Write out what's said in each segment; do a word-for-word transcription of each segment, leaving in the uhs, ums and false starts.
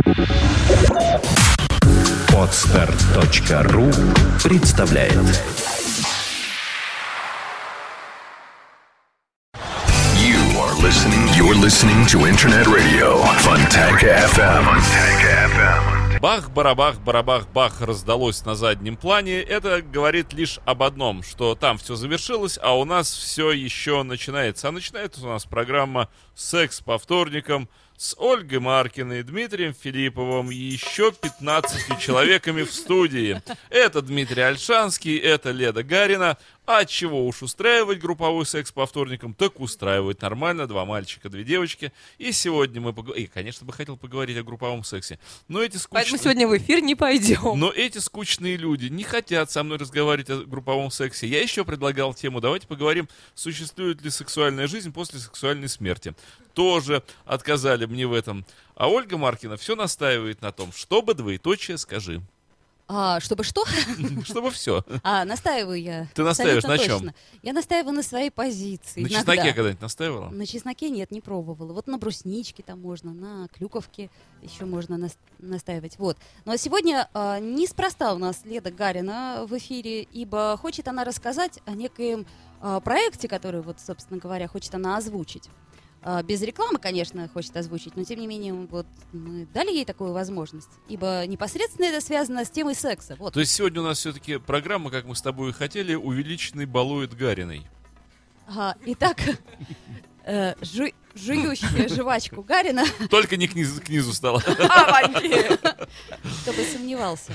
Подстер точка ру представляет. You are listening. You're listening to Internet Radio Fontanka эф эм. Fontanka эф эм. Бах-барабах, барабах-бах раздалось на заднем плане. Это говорит лишь об одном, что там все завершилось, а у нас все еще начинается. А начинается у нас программа «Секс по вторникам» с Ольгой Маркиной, Дмитрием Филипповым и еще пятнадцатью человеками в студии. Это Дмитрий Ольшанский, это Леда Гарина. А чего уж устраивать групповой секс по вторникам, так устраивать нормально. Два мальчика, две девочки. И сегодня мы поговорим... И, конечно, бы хотел поговорить о групповом сексе. Но эти скучные... Поэтому сегодня в эфир не пойдем. Но эти скучные люди не хотят со мной разговаривать о групповом сексе. Я еще предлагал тему, давайте поговорим, существует ли сексуальная жизнь после сексуальной смерти. Тоже отказали мне в этом. А Ольга Маркина все настаивает на том, чтобы двоеточие скажи. А, чтобы что? Чтобы все. А, настаиваю я. Ты настаиваешь на чем? Точно. Я настаиваю на своей позиции. На иногда. чесноке когда-нибудь настаивала? На чесноке нет, не пробовала. Вот на брусничке там можно, на клюковке еще можно нас- настаивать. Вот. Ну а сегодня а, неспроста у нас Леда Гарина в эфире, ибо хочет она рассказать о некоем а, проекте, который, вот, собственно говоря, хочет она озвучить. А, без рекламы, конечно, хочет озвучить, но тем не менее вот, мы дали ей такую возможность, ибо непосредственно это связано с темой секса. Вот. То есть сегодня у нас все-таки программа, как мы с тобой и хотели, увеличенный балует Гариной. Ага, итак, э, жу- жующая жвачку Гарина, Только не к низу, к низу стала. кто бы сомневался.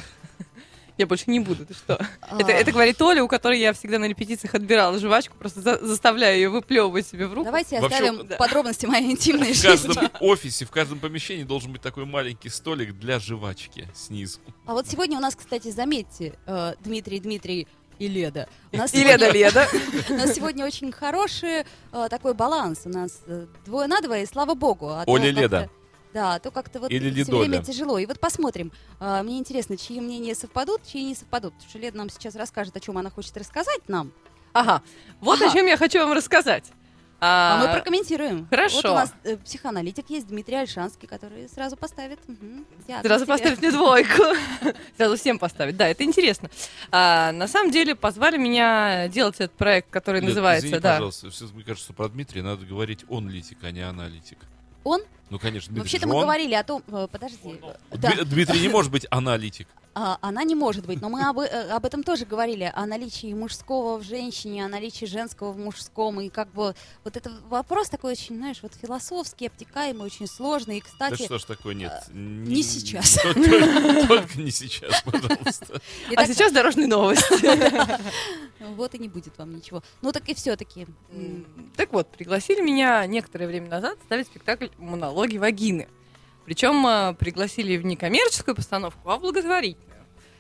Я больше не буду, ты что? А. Это, это говорит Оля, у которой я всегда на репетициях отбирала жвачку, просто за- заставляю ее выплевывать себе в руку. Давайте Вообще, оставим да. подробности моей интимной В жизни. каждом офисе, в каждом помещении должен быть такой маленький столик для жвачки снизу. А вот сегодня у нас, кстати, заметьте, э, Дмитрий, Дмитрий и Леда. У нас И сегодня- Леда, Леда. У нас сегодня очень хороший э, такой баланс. У нас э, двое на двое, и слава богу. А то Оля, как-то- Леда. Да, а то как-то вот Или все Лидоля. время тяжело. И вот посмотрим. А, мне интересно, чьи мнения совпадут, чьи не совпадут. Потому что Леда нам сейчас расскажет, о чем она хочет рассказать нам. Ага, вот Ага. о чем я хочу вам рассказать. А, А, мы прокомментируем. хорошо. Вот у нас э, психоаналитик есть Дмитрий Ольшанский, который сразу поставит. Мгм, диагноз Сразу тебе. поставить мне двойку. Сразу всем поставить. Да, это интересно. А, на самом деле позвали меня делать этот проект, который Лед, называется... извини, да. пожалуйста, все, мне кажется, что про Дмитрия надо говорить он-литик, а не аналитик. Он? Ну, конечно, Дмитрий Вообще-то же мы он. говорили о том... э, Подожди. Да. Дми- Дмитрий не может быть аналитик. А, она не может быть, но мы об, э, об этом тоже говорили, о наличии мужского в женщине, о наличии женского в мужском, и как бы вот это вопрос такой очень, знаешь, вот философский, обтекаемый, очень сложный, и, Да кстати... что ж такое, нет. не сейчас. то- Только только не сейчас, пожалуйста. А итак, сейчас дорожные новости. вот и не будет вам ничего. Ну так и все-таки. Так вот, пригласили меня некоторое время назад ставить спектакль «Монологи вагины». Причем э, пригласили в некоммерческую постановку, а в благотворительную.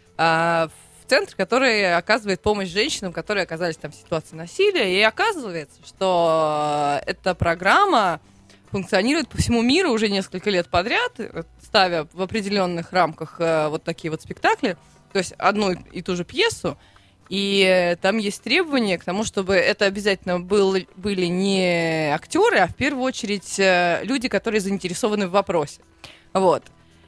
А, в центр, который оказывает помощь женщинам, которые оказались там в ситуации насилия. И оказывается, что э, эта программа функционирует по всему миру уже несколько лет подряд, э, ставя в определенных рамках э, вот такие вот спектакли. То есть одну и ту же пьесу. И э, там есть требования к тому, чтобы это обязательно был, были не актеры, а в первую очередь э, люди, которые заинтересованы в вопросе. Вот.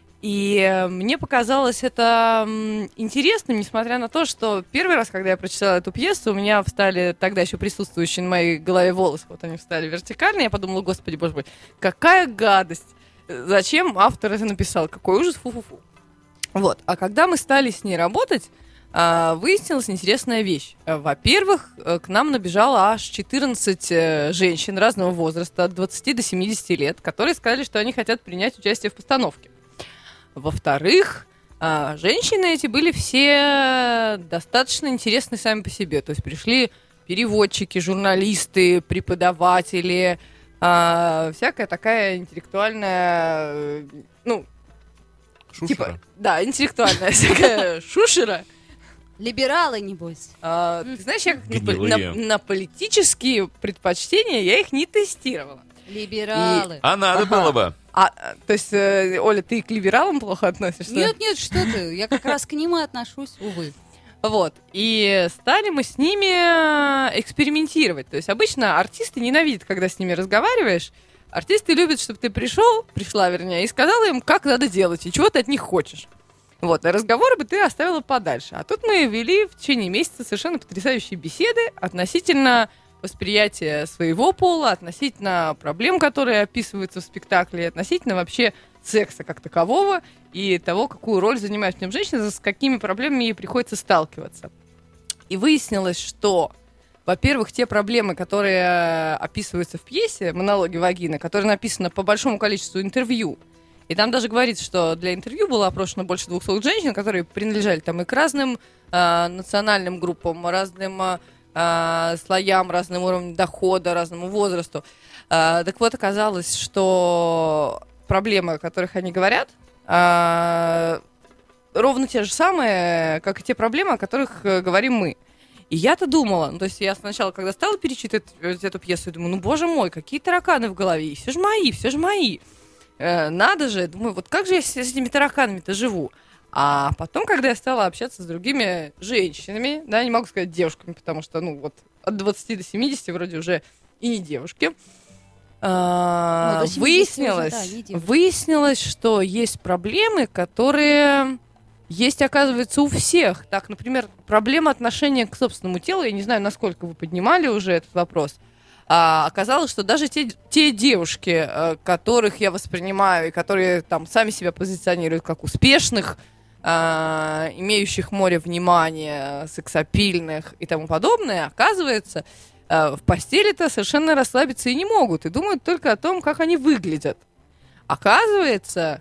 И э, мне показалось это м, интересным, несмотря на то, что первый раз, когда я прочитала эту пьесу, у меня встали тогда еще присутствующие на моей голове волосы, вот они встали вертикально, я подумала, господи, боже мой, какая гадость! Зачем автор это написал? Какой ужас, фу-фу-фу. Вот. А когда мы стали с ней работать, а, выяснилась интересная вещь. А, Во-первых, э, к нам набежало аж четырнадцать э, женщин разного возраста, от двадцати до семидесяти лет, которые сказали, что они хотят принять участие в постановке. Во-вторых, а, женщины эти были все достаточно интересны сами по себе. То есть пришли переводчики, журналисты, преподаватели, а, всякая такая интеллектуальная, э, ну, Шушера. типа, да, интеллектуальная всякая шушера. Либералы, небось. А, ты знаешь, я как на, Гнилые. на- на политические предпочтения я их не тестировала. Либералы. А надо Ага. было бы. А, а, то есть, э, Оля, ты к либералам плохо относишься? Нет, нет, что ты. Я как раз к ним и отношусь, увы. Вот. И стали мы с ними э, экспериментировать. То есть обычно артисты ненавидят, когда с ними разговариваешь, артисты любят, чтобы ты пришел, пришла, вернее, и сказала им, как надо делать, и чего ты от них хочешь. Вот, а разговоры бы ты оставила подальше. А тут мы вели в течение месяца совершенно потрясающие беседы относительно восприятия своего пола, относительно проблем, которые описываются в спектакле, относительно вообще секса как такового и того, какую роль занимает в нем женщина, с какими проблемами ей приходится сталкиваться. И выяснилось, что, во-первых, те проблемы, которые описываются в пьесе «Монологи вагины», которые написаны по большому количеству интервью, и там даже говорится, что для интервью было опрошено больше двухсот женщин, которые принадлежали там и к разным э, национальным группам, разным э, слоям, разным уровням дохода, разному возрасту. Э, так вот, оказалось, что проблемы, о которых они говорят, э, ровно те же самые, как и те проблемы, о которых э, говорим мы. И я-то думала, ну, то есть я сначала, когда стала перечитывать эту пьесу, я думаю, ну, боже мой, какие тараканы в голове, и все же мои, все же мои. Э, надо же, думаю, вот как же я с, с этими тараканами-то живу? А потом, когда я стала общаться с другими женщинами, да, не могу сказать девушками, потому что, ну, вот от двадцати до семидесяти вроде уже и не девушки, э, ну, выяснилось, уже, да, выяснилось, что есть проблемы, которые есть, оказывается, у всех. Так, например, проблема отношения к собственному телу, я не знаю, насколько вы поднимали уже этот вопрос, А, оказалось, что даже те, те девушки, э, которых я воспринимаю, и которые там сами себя позиционируют как успешных, э, имеющих море внимания, сексапильных и тому подобное, оказывается, э, в постели-то совершенно расслабиться и не могут, и думают только о том, как они выглядят. Оказывается,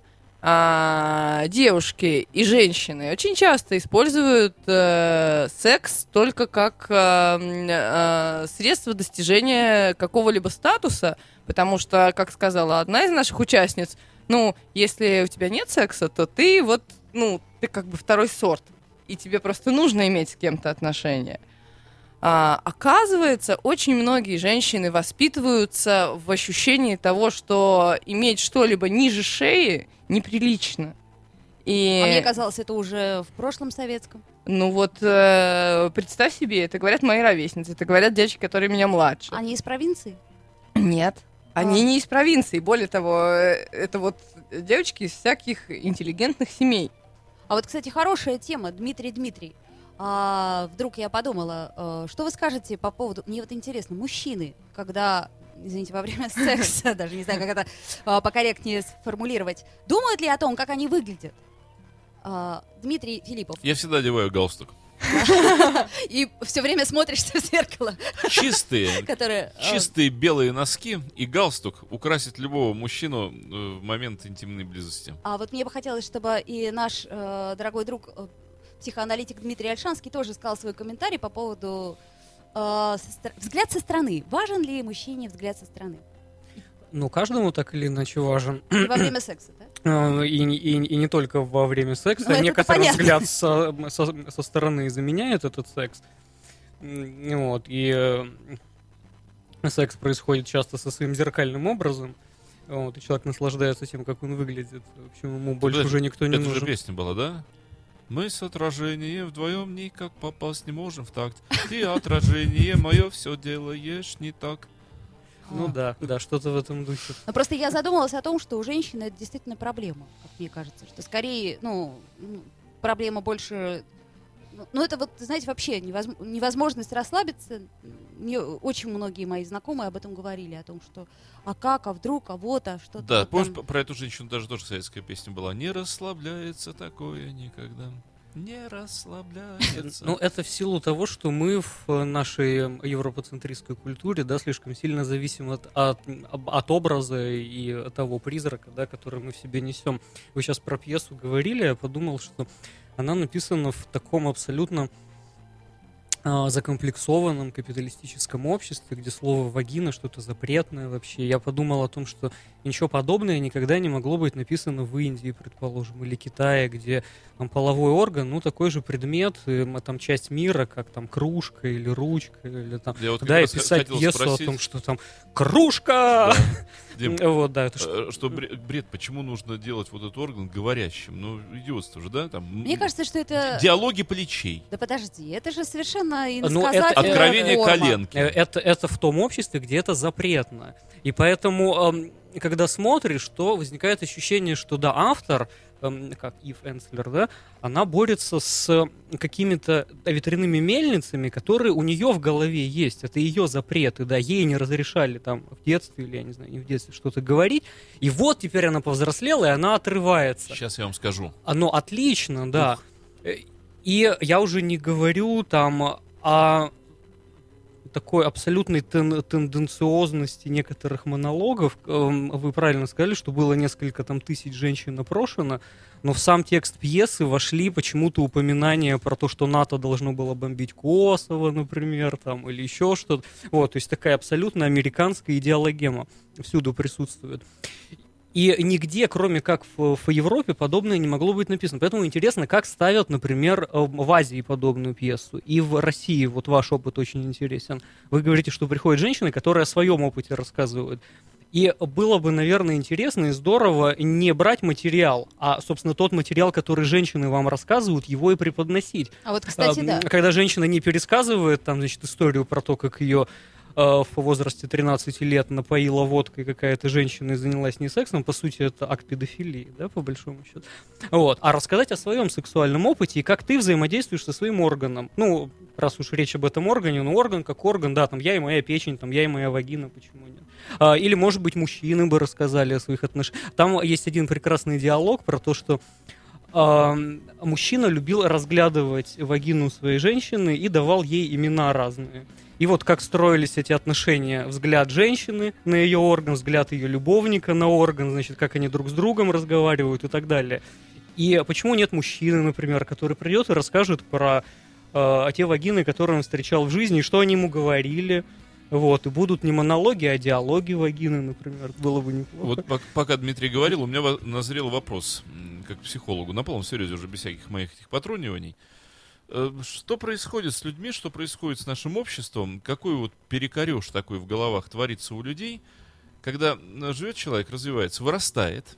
э, девушки и женщины очень часто используют э, секс только как э, э, средство достижения какого-либо статуса, потому что, как сказала одна из наших участниц, ну, если у тебя нет секса, то ты вот, ну, ты как бы второй сорт, и тебе просто нужно иметь с кем-то отношения. А, оказывается, очень многие женщины воспитываются в ощущении того, что иметь что-либо ниже шеи неприлично. И... А мне казалось, это уже в прошлом советском. Ну вот, э, представь себе, это говорят мои ровесницы, это говорят девочки, которые меня младше. Они из провинции? Нет, они А. не из провинции. Более того, э, это вот девочки из всяких интеллигентных семей. А вот, кстати, хорошая тема, Дмитрий Дмитрий. А, вдруг я подумала, а, что вы скажете по поводу... Мне вот интересно, мужчины, когда, извините, во время секса, даже не знаю, как это а, покорректнее сформулировать, думают ли о том, как они выглядят? А, Дмитрий Филиппов. Я всегда одеваю галстук. И все время смотришься в зеркало. Чистые, Которое, а, чистые белые носки и галстук украсят любого мужчину э, в момент интимной близости. А вот мне бы хотелось, чтобы и наш э, дорогой друг, э, психоаналитик Дмитрий Ольшанский, тоже сказал свой комментарий по поводу э, со стор- взгляд со стороны. Важен ли мужчине взгляд со стороны? Ну, каждому так или иначе важен. И во время секса, да? Э, И, не- и, и не только во время секса. Ну, это-то Некоторый понятно. взгляд со, со- со стороны заменяет этот секс. М, Вот, и э, секс происходит часто со своим зеркальным образом. Вот, и человек наслаждается тем, как он выглядит. В общем, ему больше Это- уже никто не Это нужен. же песня была, да? Мы с отражением вдвоем никак попасть не можем в такт. Ты отражение мое все делаешь не так. Ну да, да, что-то в этом духе. Но просто я задумалась о том, что у женщины это действительно проблема, как мне кажется. Что скорее, ну, ну, проблема больше... ну, Ну, это вот, знаете, вообще невозм- невозможность расслабиться. Мне очень многие мои знакомые об этом говорили, о том, что а как, а вдруг, а вот, а что-то. Да, вот помнишь, там. про эту женщину даже тоже советская песня была. Не расслабляется такое никогда. Не расслабляется. Ну, это в силу того, что мы в нашей европоцентристской культуре, да, слишком сильно зависим от, от, от образа и от того призрака, да, который мы в себе несем. Вы сейчас про пьесу говорили, я подумал, что она написана в таком абсолютно а, закомплексованном капиталистическом обществе, где слово «вагина» что-то запретное вообще. Я подумал о том, что ничего подобное никогда не могло быть написано в Индии, предположим, или Китае, где там половой орган, ну, такой же предмет, э, там часть мира, как там кружка или ручка, или там, Я вот как да, и раз писать хотел пьесу спросить. о том, что там кружка! Да. Дим, Вот, да, это что? э, что бред, бред, почему нужно делать вот этот орган говорящим? Ну, идиотство же, да? Там, Мне кажется, что это... Диалоги плечей. Да подожди, это же совершенно можно и Ну, сказать... это- Откровение форма. коленки. Э, Это, это в том обществе, где это запретно. И поэтому, эм, когда смотришь, то возникает ощущение, что да, автор, эм, как Ив Энслер, да, она борется с какими-то ветряными мельницами, которые у нее в голове есть. Это ее запреты, да, ей не разрешали там в детстве, или, я не знаю, не в детстве, что-то говорить. И вот теперь она повзрослела, и она отрывается. Сейчас я вам скажу. Оно отлично, да. Э, И я уже не говорю там о такой абсолютной тен- тенденциозности некоторых монологов. Эм, Вы правильно сказали, что было несколько там тысяч женщин опрошено, но в сам текст пьесы вошли почему-то упоминания про то, что НАТО должно было бомбить Косово, например, там, или еще что-то. Вот, то есть такая абсолютно американская идеологема всюду присутствует. И нигде, кроме как в, в Европе, подобное не могло быть написано. Поэтому интересно, как ставят, например, в Азии подобную пьесу. И в России, вот ваш опыт очень интересен. Вы говорите, что приходят женщины, которые о своем опыте рассказывают. И было бы, наверное, интересно и здорово не брать материал, а, собственно, тот материал, который женщины вам рассказывают, его и преподносить. А вот, кстати, А, да. Когда женщина не пересказывает там, значит, историю про то, как ее в возрасте тринадцати лет напоила водкой какая-то женщина и занялась не сексом, по сути, это акт педофилии, да, по большому счету. Вот. А рассказать о своем сексуальном опыте и как ты взаимодействуешь со своим органом. Ну, раз уж речь об этом органе, ну, орган как орган, да, там, я и моя печень, там, я и моя вагина, почему нет? А, или, может быть, мужчины бы рассказали о своих отношениях. Там есть один прекрасный диалог про то, что а, мужчина любил разглядывать вагину своей женщины и давал ей имена разные. И вот как строились эти отношения, взгляд женщины на ее орган, взгляд ее любовника на орган, значит, как они друг с другом разговаривают и так далее. И почему нет мужчины, например, который придет и расскажет про э, те вагины, которые он встречал в жизни, и что они ему говорили. Вот, и будут не монологи, а диалоги вагины, например, было бы неплохо. Вот пок- пока Дмитрий говорил, у меня во- назрел вопрос, м, как психологу, на полном серьезе, уже без всяких моих этих потрониваний. Э, Что происходит с людьми, что происходит с нашим обществом, какой вот перекореж такой в головах творится у людей, когда м, живет человек, развивается, вырастает,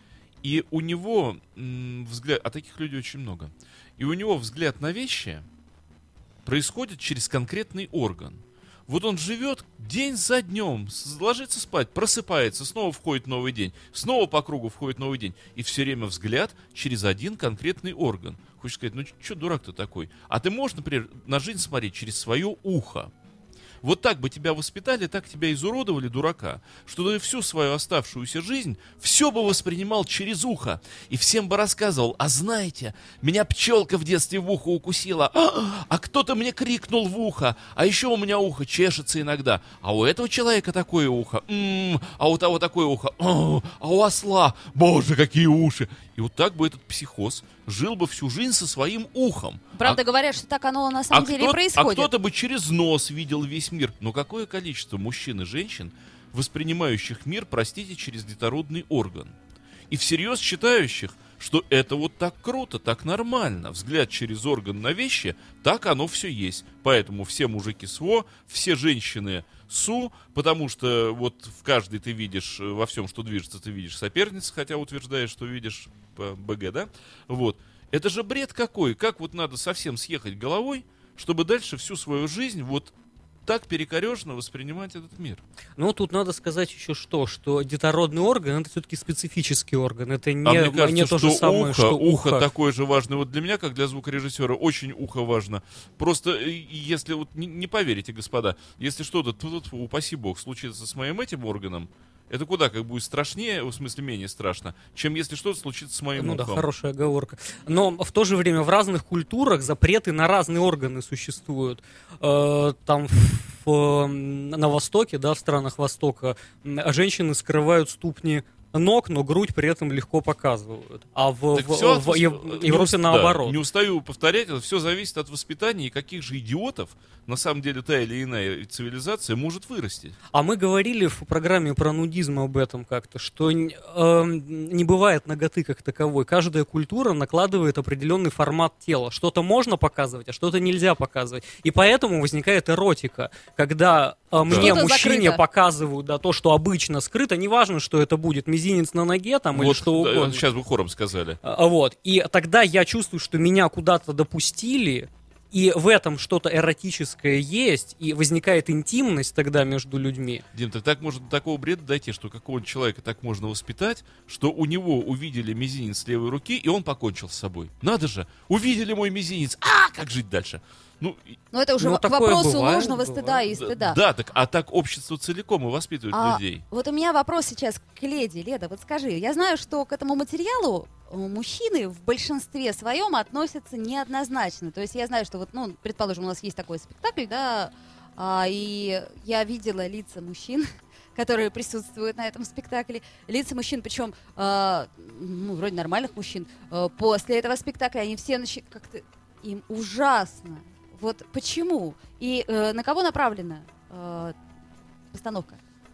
и у него м, взгляд, а таких людей очень много, и у него взгляд на вещи происходит через конкретный орган. Вот он живет день за днем, с- ложится спать, просыпается, снова входит новый день, снова по кругу входит новый день. И все время взгляд через один конкретный орган. Хочешь сказать, ну что дурак-то такой? А ты можешь, например, на жизнь смотреть через свое ухо. Вот так бы тебя воспитали, так тебя изуродовали, дурака, что ты всю свою оставшуюся жизнь все бы воспринимал через ухо. И всем бы рассказывал: а знаете, меня пчелка в детстве в ухо укусила, а, а кто-то мне крикнул в ухо, а еще у меня ухо чешется иногда, а у этого человека такое ухо, м-м, а у того такое ухо, а, а у осла, боже, какие уши. И вот так бы этот психоз жил бы всю жизнь со своим ухом. Правда, А- говорят, что так оно на самом а деле и кто- происходит. А кто-то бы через нос видел весь мир. Но какое количество мужчин и женщин, воспринимающих мир, простите, через детородный орган? И всерьез считающих, что это вот так круто, так нормально. Взгляд через орган на вещи, так оно все есть. Поэтому все мужики СВО, все женщины СУ, потому что вот в каждой ты видишь, во всем, что движется, ты видишь соперницу, хотя утверждаешь, что видишь по БГ, да? Вот. Это же бред какой. Как вот надо совсем съехать головой, чтобы дальше всю свою жизнь вот так перекорежно воспринимать этот мир. Ну, тут надо сказать еще что, что детородный орган — это все-таки специфический орган. Это не, А мне кажется, не то что, же самое, ухо, что ухо ухо. такое же важное. Вот для меня, как для звукорежиссера, очень ухо важно. Просто, э, если вот не, не поверите, господа, если что-то, тьфу-тьфу, упаси бог, случится с моим этим органом, это куда как будет страшнее, в смысле менее страшно, чем если что-то случится с моим Ну да, ухом. хорошая оговорка. Но в то же время в разных культурах запреты на разные органы существуют. Э, Там в, на Востоке, да, в странах Востока, м, женщины скрывают ступни ног, но грудь при этом легко показывают. А в, Так в- всё в от- Ев- не Европе ус- да, наоборот. не устаю повторять, это все зависит от воспитания и каких же идиотов на самом деле та или иная цивилизация может вырасти. А мы говорили в программе про нудизм об этом как-то, что н- эм, не бывает наготы как таковой. Каждая культура накладывает определенный формат тела. Что-то можно показывать, а что-то нельзя показывать. И поэтому возникает эротика, когда э, мне, Что-то мужчине, закрыто. показывают да, то, что обычно скрыто, неважно, что это будет, мизинец на ноге там или Вот, что да, угодно. сейчас вы хором сказали. А, Вот. И тогда я чувствую, что меня куда-то допустили, и в этом что-то эротическое есть, и возникает интимность тогда между людьми. Дим, так, так можно до такого бреда дойти, что какого-нибудь человека так можно воспитать, что у него увидели мизинец левой руки, и он покончил с собой. Надо же, увидели мой мизинец, а как жить дальше? Ну, Но это уже Ну, к такое вопросу бывает, ложного бывает. стыда и стыда. да, так, а так общество целиком и воспитывает А, людей. Вот у меня вопрос сейчас к леди. Леда, вот скажи, я знаю, что к этому материалу э, мужчины в большинстве своем относятся неоднозначно. То есть я знаю, что вот, ну, предположим, у нас есть такой спектакль, да, а, и я видела лица мужчин, которые присутствуют на этом спектакле. Лица мужчин, причем, э, ну, вроде нормальных мужчин, э, после этого спектакля они все начи- как-то им ужасно. Вот почему? И э, на кого направлена э, постановка?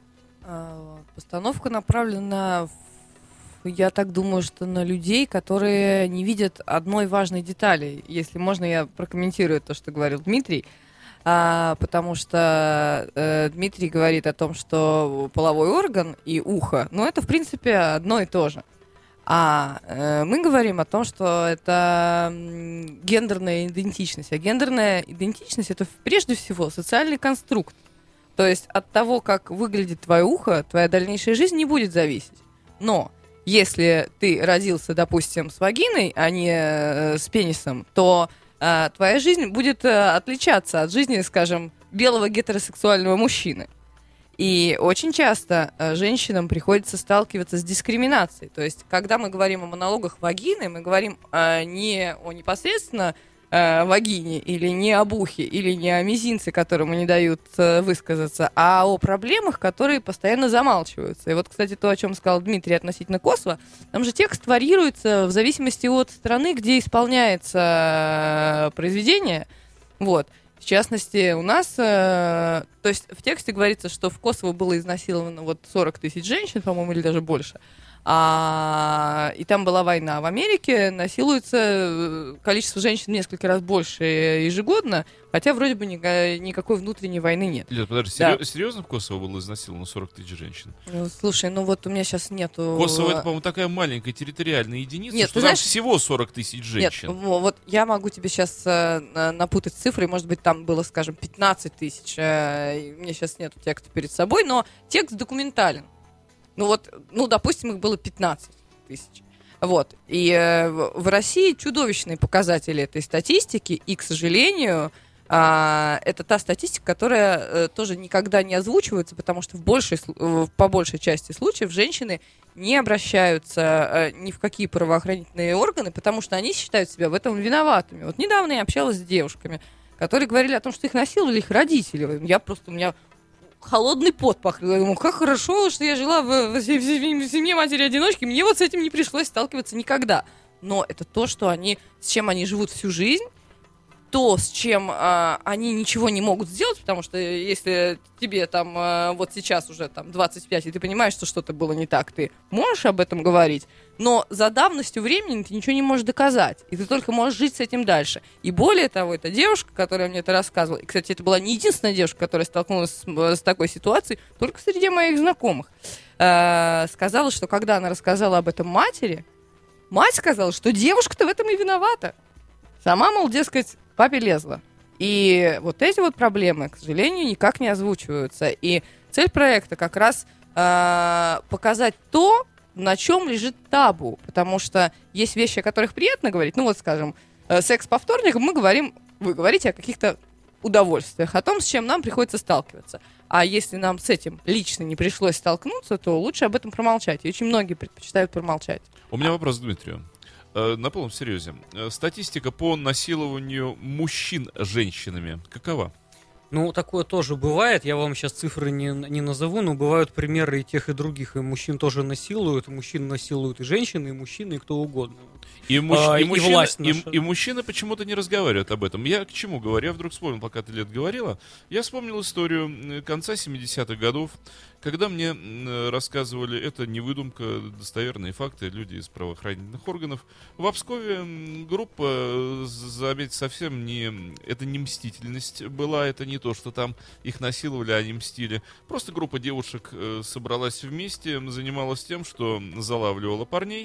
А, Постановка направлена, в- я так думаю, что на людей, которые не видят одной важной детали. Если можно, я прокомментирую то, что говорил Дмитрий. А, потому что э, Дмитрий говорит о том, что половой орган и ухо, ну, это, в принципе, одно и то же. А э, мы говорим о том, что это м, гендерная идентичность. А гендерная идентичность — это прежде всего социальный конструкт. То есть от того, как выглядит твое ухо, твоя дальнейшая жизнь не будет зависеть. Но если ты родился, допустим, с вагиной, а не э, с пенисом, то э, твоя жизнь будет э, отличаться от жизни, скажем, белого гетеросексуального мужчины. И очень часто э, женщинам приходится сталкиваться с дискриминацией. То есть, когда мы говорим о монологах вагины, мы говорим э, не о непосредственно э, вагине, или не об ухе, или не о мизинце, которому не дают э, высказаться, а о проблемах, которые постоянно замалчиваются. И вот, кстати, то, о чем сказал Дмитрий относительно Косово, там же текст варьируется в зависимости от страны, где исполняется э, произведение. Вот. В частности, у нас, э, то есть в тексте говорится, что в Косово было изнасиловано вот сорок тысяч женщин, по-моему, или даже больше. А, и там была война. В Америке насилуется количество женщин в несколько раз больше ежегодно, хотя вроде бы ни- никакой внутренней войны нет. Лёд, подожди, Да. серьё- серьезно в Косово было изнасиловано сорок тысяч женщин? Ну, слушай, ну вот у меня сейчас нету... Косово — это, по-моему, такая маленькая территориальная единица, Нет, что ты там знаешь- всего сорок тысяч Нет, женщин. во- вот я могу тебе сейчас э, на- напутать цифры, может быть, там было, скажем, пятнадцать тысяч, э, и у меня сейчас нету текста перед собой, но текст документален. Ну вот, ну, допустим, их было пятнадцать тысяч. Вот. И э, в в России чудовищные показатели этой статистики, и, к сожалению, а, это та статистика, которая э, тоже никогда не озвучивается, потому что в большей, слу- в- по большей части случаев женщины не обращаются э, ни в какие правоохранительные органы, потому что они считают себя в этом виноватыми. Вот недавно я общалась с девушками, которые говорили о том, что их насиловали их родители. Я просто, у меня холодный пот пахнул. Я думаю, как хорошо, что я жила в, в се- в се- в семье матери-одиночки, мне вот с этим не пришлось сталкиваться никогда. Но это то, что они, с чем они живут всю жизнь, то, с чем а, они ничего не могут сделать, потому что если тебе там а, вот сейчас уже там двадцать пять, и ты понимаешь, что что-то было не так, ты можешь об этом говорить, но за давностью времени ты ничего не можешь доказать, и ты только можешь жить с этим дальше. И более того, эта девушка, которая мне это рассказывала, и, кстати, это была не единственная девушка, которая столкнулась с, с такой ситуацией, только среди моих знакомых, а, сказала, что когда она рассказала об этом матери, мать сказала, что девушка-то в этом и виновата. Сама, мол, дескать, папе лезла. И вот эти вот проблемы, к сожалению, никак не озвучиваются. И цель проекта как раз э, показать то, на чем лежит табу. Потому что есть вещи, о которых приятно говорить. Ну вот, скажем, э, секс по вторникам, мы говорим, вы говорите о каких-то удовольствиях, о том, с чем нам приходится сталкиваться. А если нам с этим лично не пришлось столкнуться, то лучше об этом промолчать. И очень многие предпочитают промолчать. У меня вопрос к Дмитрию. Э, На полном серьезе. Э, Статистика по насилованию мужчин женщинами какова? Ну, такое тоже бывает. Я вам сейчас цифры не, не назову, но бывают примеры и тех, и других. И мужчин тоже насилуют, и мужчин насилуют и женщины, и мужчины, и кто угодно. И, муж... А, и, и мужчины, власть и, наша. и мужчины почему-то не разговаривают об этом. Я к чему говорю? Я вдруг вспомнил, пока ты, Лет, говорила. Я вспомнил историю э, конца семидесятых годов, когда мне м, рассказывали, это не выдумка, достоверные факты, люди из правоохранительных органов. В Пскове м, группа, э, заметьте, совсем не... Это не мстительность была, это не то, что там их насиловали, а они мстили. Просто группа девушек э, собралась вместе, занималась тем, что залавливала парней,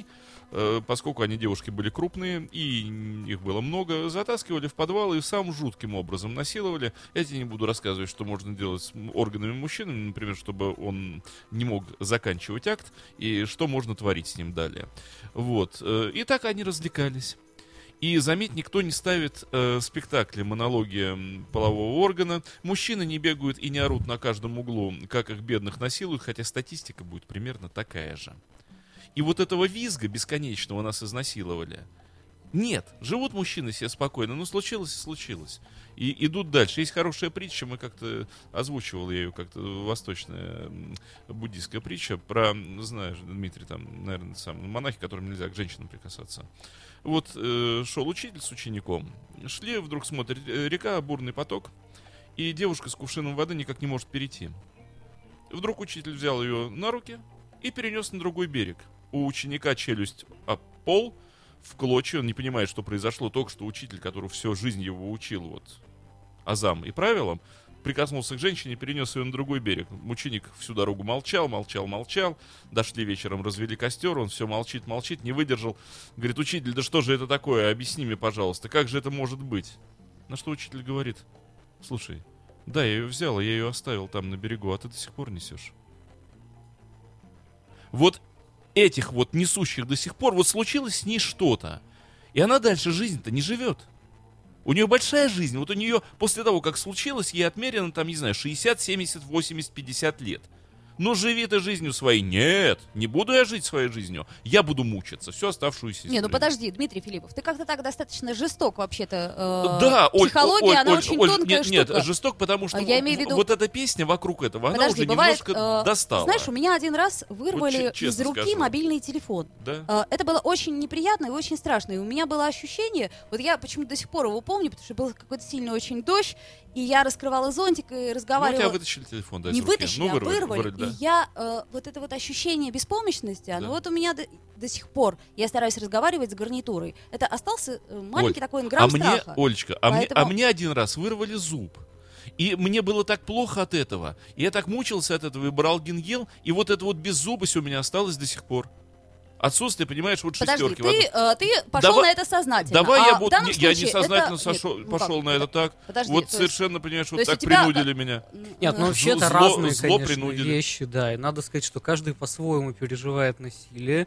э, поскольку они девушки были крупные, и их было много, затаскивали в подвал и самым жутким образом насиловали. Я тебе не буду рассказывать, что можно делать с органами мужчины, например, чтобы он не мог заканчивать акт, и что можно творить с ним далее. Вот. э, И так они развлекались. И, заметь, никто не ставит э, спектакли, монологи м, полового органа. Мужчины не бегают и не орут на каждом углу, как их бедных насилуют, хотя статистика будет примерно такая же. И вот этого визга бесконечного нас изнасиловали. Нет, живут мужчины себе спокойно, но случилось и случилось. И идут дальше. Есть хорошая притча, мы как-то озвучивал я ее, как-то восточная м, буддийская притча про, знаешь, Дмитрий, там, наверное, сам монахи, которым нельзя к женщинам прикасаться. Вот э, шел учитель с учеником, шли, вдруг смотрит, э, река, бурный поток, и девушка с кувшином воды никак не может перейти. Вдруг учитель взял ее на руки и перенес на другой берег. У ученика челюсть об пол, в клочья, он не понимает, что произошло, только что учитель, который всю жизнь его учил вот азам и правилам, прикоснулся к женщине и перенес ее на другой берег. Ученик всю дорогу молчал, молчал, молчал. Дошли вечером, развели костер, он все молчит, молчит, не выдержал. Говорит: учитель, да что же это такое? Объясни мне, пожалуйста, как же это может быть? На что учитель говорит: слушай, да, я ее взял, я ее оставил там на берегу, а ты до сих пор несешь. Вот этих вот несущих до сих пор, вот случилось с ней что-то. И она дальше жизнь-то не живет. У нее большая жизнь. Вот у нее после того, как случилось, ей отмерено, там, не знаю, шестьдесят, семьдесят, восемьдесят, пятьдесят лет. Ну, живи ты жизнью своей. Нет, не буду я жить своей жизнью. Я буду мучиться всю оставшуюся Не, ну жизнь. подожди, Дмитрий Филиппов, ты как-то так достаточно жесток вообще-то. Э, Да, Оль, психология, Оль, она Оль, очень Оль, тонкая нет, штука. Нет, жесток, потому что Я имею в виду- вот эта песня вокруг этого, она Подожди, уже бывает, немножко э, достала. Знаешь, у меня один раз вырвали Вот че- из честно руки скажу. мобильный телефон. Да? Э, Это было очень неприятно и очень страшно. И у меня было ощущение, вот я почему-то до сих пор его помню, потому что был какой-то сильный очень дождь, и я раскрывала зонтик и Ну, у разговаривала. тебя вытащили телефон, да, из Не руки. вытащили, Ну, а вырвали, вырвали. вырвали, да. И я, э, вот это вот ощущение беспомощности, оно Да. вот у меня до, до сих пор. Я стараюсь разговаривать с гарнитурой. Это остался э, маленький Оль, такой инграмм а мне, страха. Олечка, а, Поэтому- мне, а мне один раз вырвали зуб. И мне было так плохо от этого. И я так мучился от этого, и брал гингел, и вот эта вот беззубость у меня осталась до сих пор. Отсутствие, понимаешь, вот Подожди, шестерки. в ты, одном- э, ты пошел Давай- на это сознательно. Давай а я в буду... данном не- Я случае несознательно это- сошел, нет, ну пошел как, на это так. Подожди, вот то есть- совершенно, понимаешь, то вот есть у так тебя, принудили э, меня. Нет, ну э, вообще это Зло- разные, зло конечно, принудили. вещи, да. И надо сказать, что каждый по-своему переживает насилие.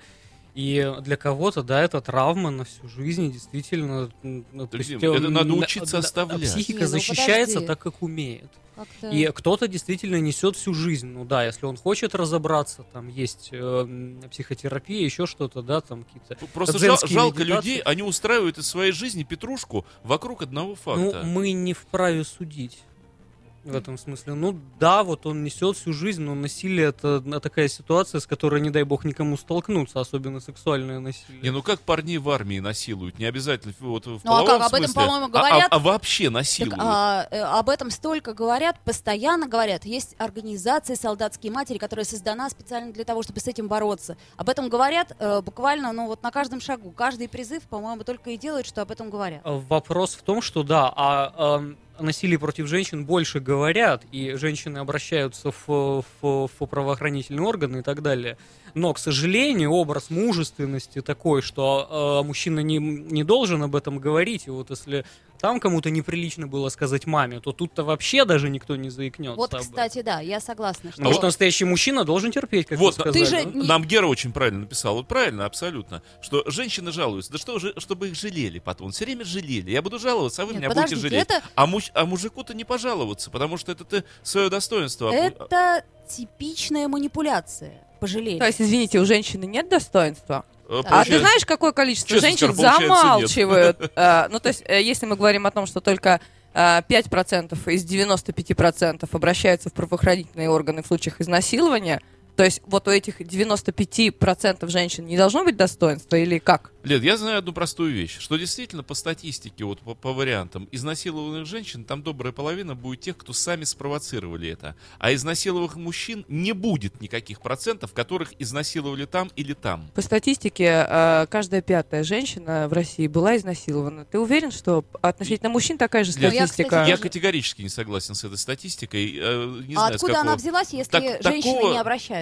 И для кого-то, да, это травма на всю жизнь, и действительно... м, ну, то Дим, есть, э, это надо м, учиться а- а оставлять. Психика Не, ну защищается подожди. так, как умеет. как-то- И кто-то действительно несет всю жизнь. Ну да, если он хочет разобраться, там есть э, м, психотерапия, еще что-то, да, там какие-то... Просто жал- дзенские жалко медитации. людей, они устраивают из своей жизни петрушку вокруг одного факта. Ну, мы не вправе судить в этом смысле. Ну да, вот он несет всю жизнь, но насилие это на- такая ситуация, с которой, не дай бог, никому столкнуться, особенно сексуальное насилие. Не, ну как парней в армии насилуют? Не обязательно вот в Ну, а половом как? Об этом, смысле, по-моему, а- говорят. А, а вообще Так, насилуют. а, э, об этом столько говорят, постоянно говорят. Есть организации «Солдатские матери», которая создана специально для того, чтобы с этим бороться. Об этом говорят э, буквально, ну вот на каждом шагу. Каждый призыв, по-моему, только и делает, что об этом говорят. А Вопрос в том, что да, а, ам, о насилии против женщин больше говорят, и женщины обращаются в, в, в правоохранительные органы и так далее. Но, к сожалению, образ мужественности такой, что э, мужчина не, не должен об этом говорить. И вот если там кому-то неприлично было сказать маме, то тут-то вообще даже никто не заикнется. Вот, об этом. кстати, да, я согласна. Что... Потому что настоящий мужчина должен терпеть, как Вот, вы сказали. ты же да? не- Нам Гера очень правильно написал, вот правильно, абсолютно, что женщины жалуются. Да что же, чтобы их жалели потом, все время жалели. Я буду жаловаться, а вы Нет, меня подождите, будете жалеть. это- А, муж- а мужику-то не пожаловаться, потому что это ты свое достоинство... опу- Это типичная манипуляция. Пожалели. То есть, извините, у женщины нет достоинства? э, А ты получается- знаешь, какое количество Честно женщин скажу, получается, нет. замалчивают? Э, Ну, то есть, э, если мы говорим о том, что только э, пять процентов из девяноста пяти процентов обращаются в правоохранительные органы в случаях изнасилования, то есть вот у этих девяноста пяти процентов женщин не должно быть достоинства или как? Лет, я знаю одну простую вещь, что действительно по статистике, вот по, по вариантам, изнасилованных женщин, там добрая половина будет тех, кто сами спровоцировали это. А изнасилованных мужчин не будет никаких процентов, которых изнасиловали там или там. По статистике, э, каждая пятая женщина в России была изнасилована. Ты уверен, что относительно мужчин такая же Ну, я, статистика? кстати, Я тоже- категорически не согласен с этой статистикой. э, не А знаю, с откуда она какого- взялась, если Так- женщины такого- не обращаются?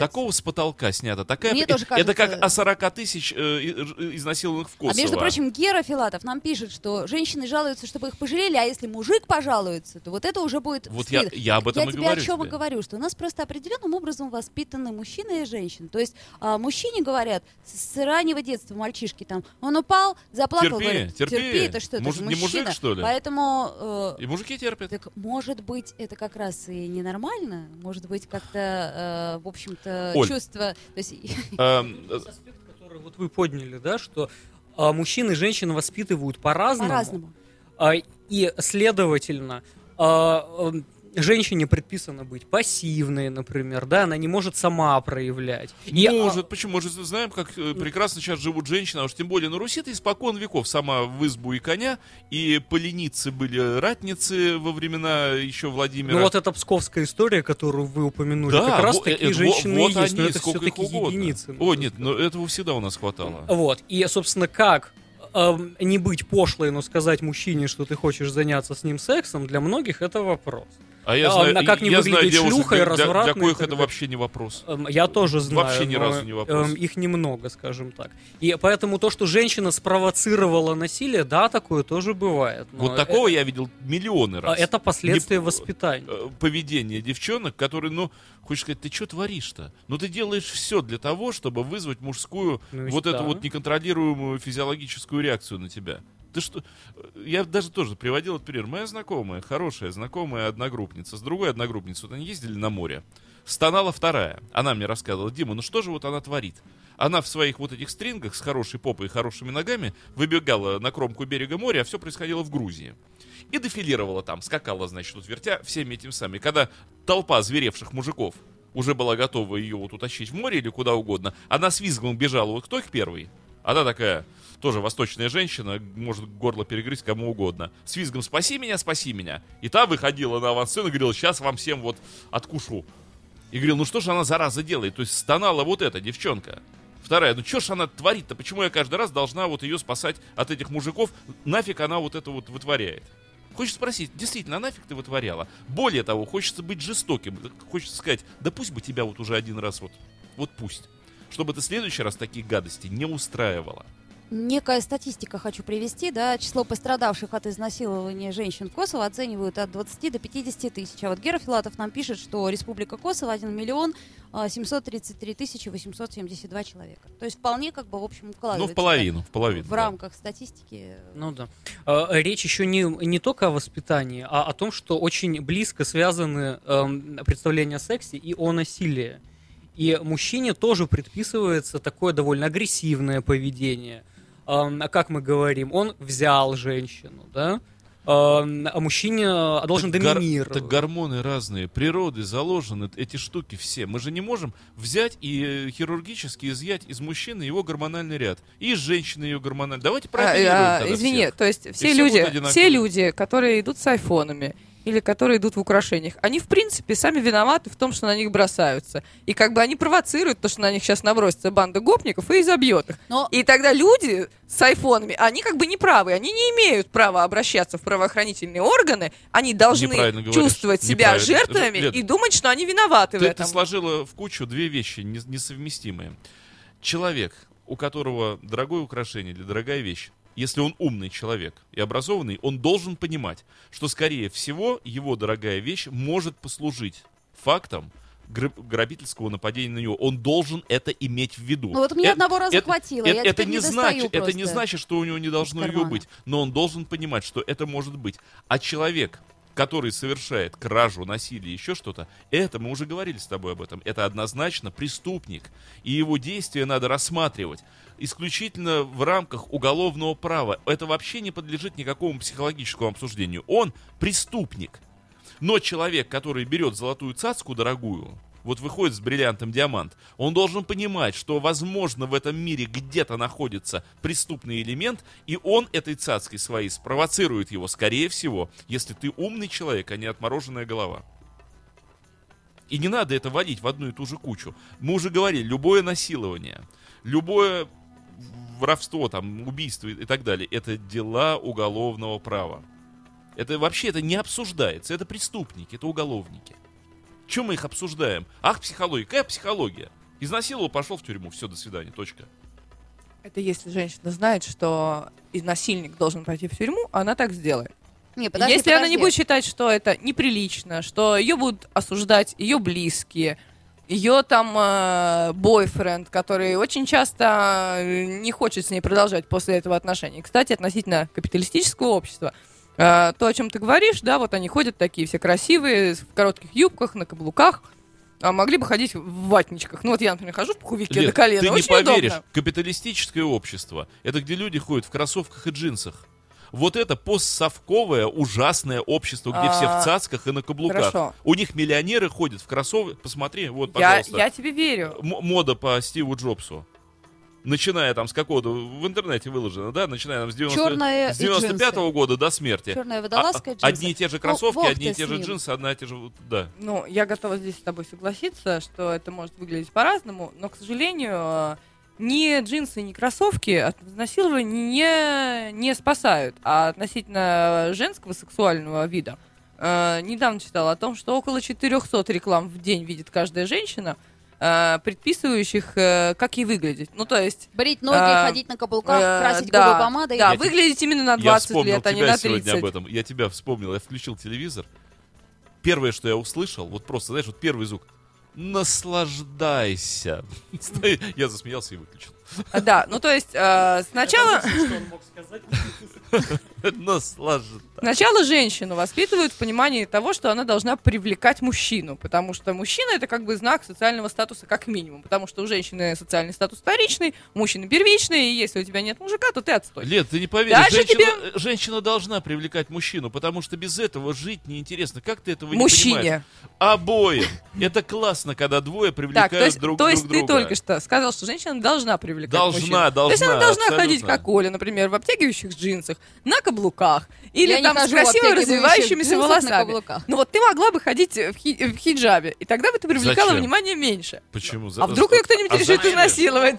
такого с потолка снято. Такая... Мне тоже кажется... Это как о сорока тысяч э, изнасилованных в Косово. А между прочим, Гера Филатов нам пишет, что женщины жалуются, чтобы их пожалели, а если мужик пожалуется, то вот это уже будет Вот стыд. я, я об этом я и тебе говорю о чем тебе. и говорю, что у нас просто определенным образом воспитаны мужчины и женщины. То есть а, мужчине говорят с, с раннего детства, мальчишки там, он упал, заплакал, Терпи, говорят, терпи. терпи, это что, это Муж- же не мужчина. мужик, что ли? Поэтому... э, И мужики терпят. Так, может быть, это как раз и ненормально? Может быть, как-то, э, в общем-то, Оль. чувство... То есть... Эм, э, Есть аспект, который вот вы подняли, да, что а, мужчин и женщин воспитывают по-разному. По-разному. А, и, следовательно, а, м, женщине предписано быть пассивной, например, да, она не может сама проявлять. И, а, Может, почему? Мы же знаем, как э, прекрасно сейчас живут женщины, а уж тем более на Руси-то испокон веков сама в избу и коня, и поленицы были ратницы во времена еще Владимира. ну вот эта псковская история, которую вы упомянули, Да, как раз во- такие э, женщины вот и есть, они, но это сколько их все-таки угодно. единицы. О, нет, но этого всегда у нас хватало. Вот, и, собственно, как эм, не быть пошлой, но сказать мужчине, что ты хочешь заняться с ним сексом, для многих это вопрос. А я А, знаю, а как не я знаю выглядеть девушек, шлюхой, для, для- для развратной и коих так это далее. вообще не вопрос. Эм, Я тоже знаю. Вообще ни но, разу не вопрос. эм, их немного, скажем так. И поэтому то, что женщина спровоцировала насилие, да, такое тоже бывает. но Вот такого э- я видел миллионы раз. Это последствия Не- воспитания. э, Поведение девчонок, которые, ну, хочешь сказать, ты что творишь-то? Ну, ты делаешь все для того, чтобы вызвать мужскую, Ну, вот да. эту вот неконтролируемую физиологическую реакцию на тебя. Ты что? Я даже тоже приводил этот пример. Моя знакомая, хорошая знакомая одногруппница, с другой одногруппницей, вот они ездили на море. Стонала вторая. Она мне рассказывала: Дима, ну что же вот она творит? Она в своих вот этих стрингах с хорошей попой и хорошими ногами выбегала на кромку берега моря, а все происходило в Грузии. И дефилировала там, скакала, значит, вот вертя всеми этими самыми. Когда толпа зверевших мужиков уже была готова ее вот утащить в море или куда угодно, она с визгом бежала. Вот кто их первый? Она такая, тоже восточная женщина, может горло перегрызть кому угодно. С визгом «спаси меня, спаси меня». И та выходила на авансцену и говорила: сейчас вам всем вот откушу. И говорил: ну что же она, зараза, делает? То есть стонала вот эта девчонка. Вторая: ну что ж она творит-то? Почему я каждый раз должна вот ее спасать от этих мужиков? Нафиг она вот это вот вытворяет? Хочется спросить: действительно, а нафиг ты вытворяла? Более того, хочется быть жестоким. Хочется сказать: да пусть бы тебя вот уже один раз вот, вот пусть. Чтобы ты в следующий раз такие гадости не устраивала. Некая статистика хочу привести, да, число пострадавших от изнасилования женщин в Косово оценивают от двадцати до пятидесяти тысяч. А вот Гера Филатов нам пишет, что Республика Косово один миллион семьсот тридцать три тысячи восемьсот семьдесят два человека. То есть вполне как бы в общем укладывается. Ну, в половину, в половину. В да. рамках статистики. Ну да. А, Речь еще не, не только о воспитании, а о том, что очень близко связаны эм, представления о сексе и о насилии. И мужчине тоже предписывается такое довольно агрессивное поведение. Эм, как мы говорим, он взял женщину, да? Эм, а мужчине должен Так гор- доминировать. Так гормоны разные, природы заложены эти штуки все. Мы же не можем взять и э, хирургически изъять из мужчины его гормональный ряд. И из женщины ее гормональный. Давайте А, прооперируем а, тогда извини, всех. то есть все все люди, будут одинаковые. все люди, которые идут с айфонами или которые идут в украшениях, они, в принципе, сами виноваты в том, что на них бросаются. И как бы они провоцируют то, что на них сейчас набросится банда гопников и изобьет их. Но И тогда люди с айфонами, они как бы не правы, они не имеют права обращаться в правоохранительные органы, они должны Неправильно говоришь, чувствовать себя неправильно. жертвами Лен, и думать, что они виноваты в Ты, ты этом. сложила в кучу две вещи не- несовместимые. Человек, у которого дорогое украшение или дорогая вещь, если он умный человек и образованный, он должен понимать, что, скорее всего, его дорогая вещь может послужить фактом граб- грабительского нападения на него. Он должен это иметь в виду. Ну вот мне Э- одного раза это- хватило, это, я это теперь не не достаю значит, это не просто значит, что у него не должно из ее кармана. быть, но он должен понимать, что это может быть. А человек, который совершает кражу, насилие, еще что-то, это, мы уже говорили с тобой об этом, это однозначно преступник. И его действия надо рассматривать исключительно в рамках уголовного права. Это вообще не подлежит никакому психологическому обсуждению. Он преступник. Но человек, который берет золотую цацку дорогую, вот выходит с бриллиантом диамант, он должен понимать, что, возможно, в этом мире где-то находится преступный элемент, и он этой цацкой своей спровоцирует его, скорее всего, если ты умный человек, а не отмороженная голова. И не надо это валить в одну и ту же кучу. Мы уже говорили, любое насилование, любое воровство, там, убийство и так далее, это дела уголовного права. Это вообще это не обсуждается, это преступники, это уголовники. Чем мы их обсуждаем? Ах, психология. Какая психология? Изнасиловал, пошел в тюрьму. Все, до свидания, точка. Это если женщина знает, что и насильник должен пойти в тюрьму, она так сделает. Не, подожди, Если она подожди. не будет считать, что это неприлично, что ее будут осуждать ее близкие, ее там э, бойфренд, который очень часто э, не хочет с ней продолжать после этого отношения. Кстати, относительно капиталистического общества, э, то, о чем ты говоришь, да, вот они ходят такие все красивые, в коротких юбках, на каблуках, а могли бы ходить в ватничках. Ну вот я, например, хожу в пуховике Лет, до колена, ты не очень поверишь, удобно. капиталистическое общество — это где люди ходят в кроссовках и джинсах. Вот это постсовковое ужасное общество, где А, все в цацках и на каблуках. хорошо. У них миллионеры ходят в кроссовках. Посмотри, вот, Я, пожалуйста. я тебе верю. М- мода по Стиву Джобсу. Начиная там с какого-то, в интернете выложено, да, начиная там с, Чёрная девяносто, с и девяносто пятого джинсы. года до смерти. Черная водолазка, А- джинсы. Одни и те же кроссовки, Ну, бог одни и ты те с же ним. джинсы, одна и те же, вот, да. Ну, я готова здесь с тобой согласиться, что это может выглядеть по-разному, но, к сожалению, э, ни джинсы, ни кроссовки от изнасилования не, не спасают. А относительно женского сексуального вида, э, недавно читала о том, что около четыреста реклам в день видит каждая женщина, э, предписывающих, э, как ей выглядеть. Ну, то есть... Брить ноги, А, ходить на каблуках, э, красить да, губы помадой. Да, Я те- выглядеть именно на Я двадцать вспомнил лет, а не тебя на сегодня тридцать. об этом. Я тебя вспомнил, я включил телевизор. Первое, что я услышал, вот просто, знаешь, вот первый звук. Наслаждайся. Я засмеялся и выключил. А, Да, ну то есть э, сначала... Что он мог сказать? Наслаждайся. Сначала женщину воспитывают в понимании того, что она должна привлекать мужчину, потому что мужчина — это как бы знак социального статуса как минимум, потому что у женщины социальный статус вторичный, у мужчины первичный, и если у тебя нет мужика, то ты отстой. Лет, ты не поверишь, Дальше женщина, женщина должна привлекать мужчину, потому что без этого жить неинтересно. Как ты этого не понимаешь? Мужчине. Обоим. Это классно, когда двое Так, привлекают то есть, друг, то есть друг ты друга. только что сказал, что женщина должна привлекать Должна, мужчину. должна, То есть она должна абсолютно. ходить, как Оля, например, в обтягивающих джинсах, на каблуках, или Я не там с хожу в красиво обтягивающих развивающимися джинсах на волосами. каблуках. Ну вот ты могла бы ходить в, хи- в хиджабе, и тогда бы ты привлекала Зачем? внимание меньше. Почему? А вдруг ее кто-нибудь А решит зачем? изнасиловать?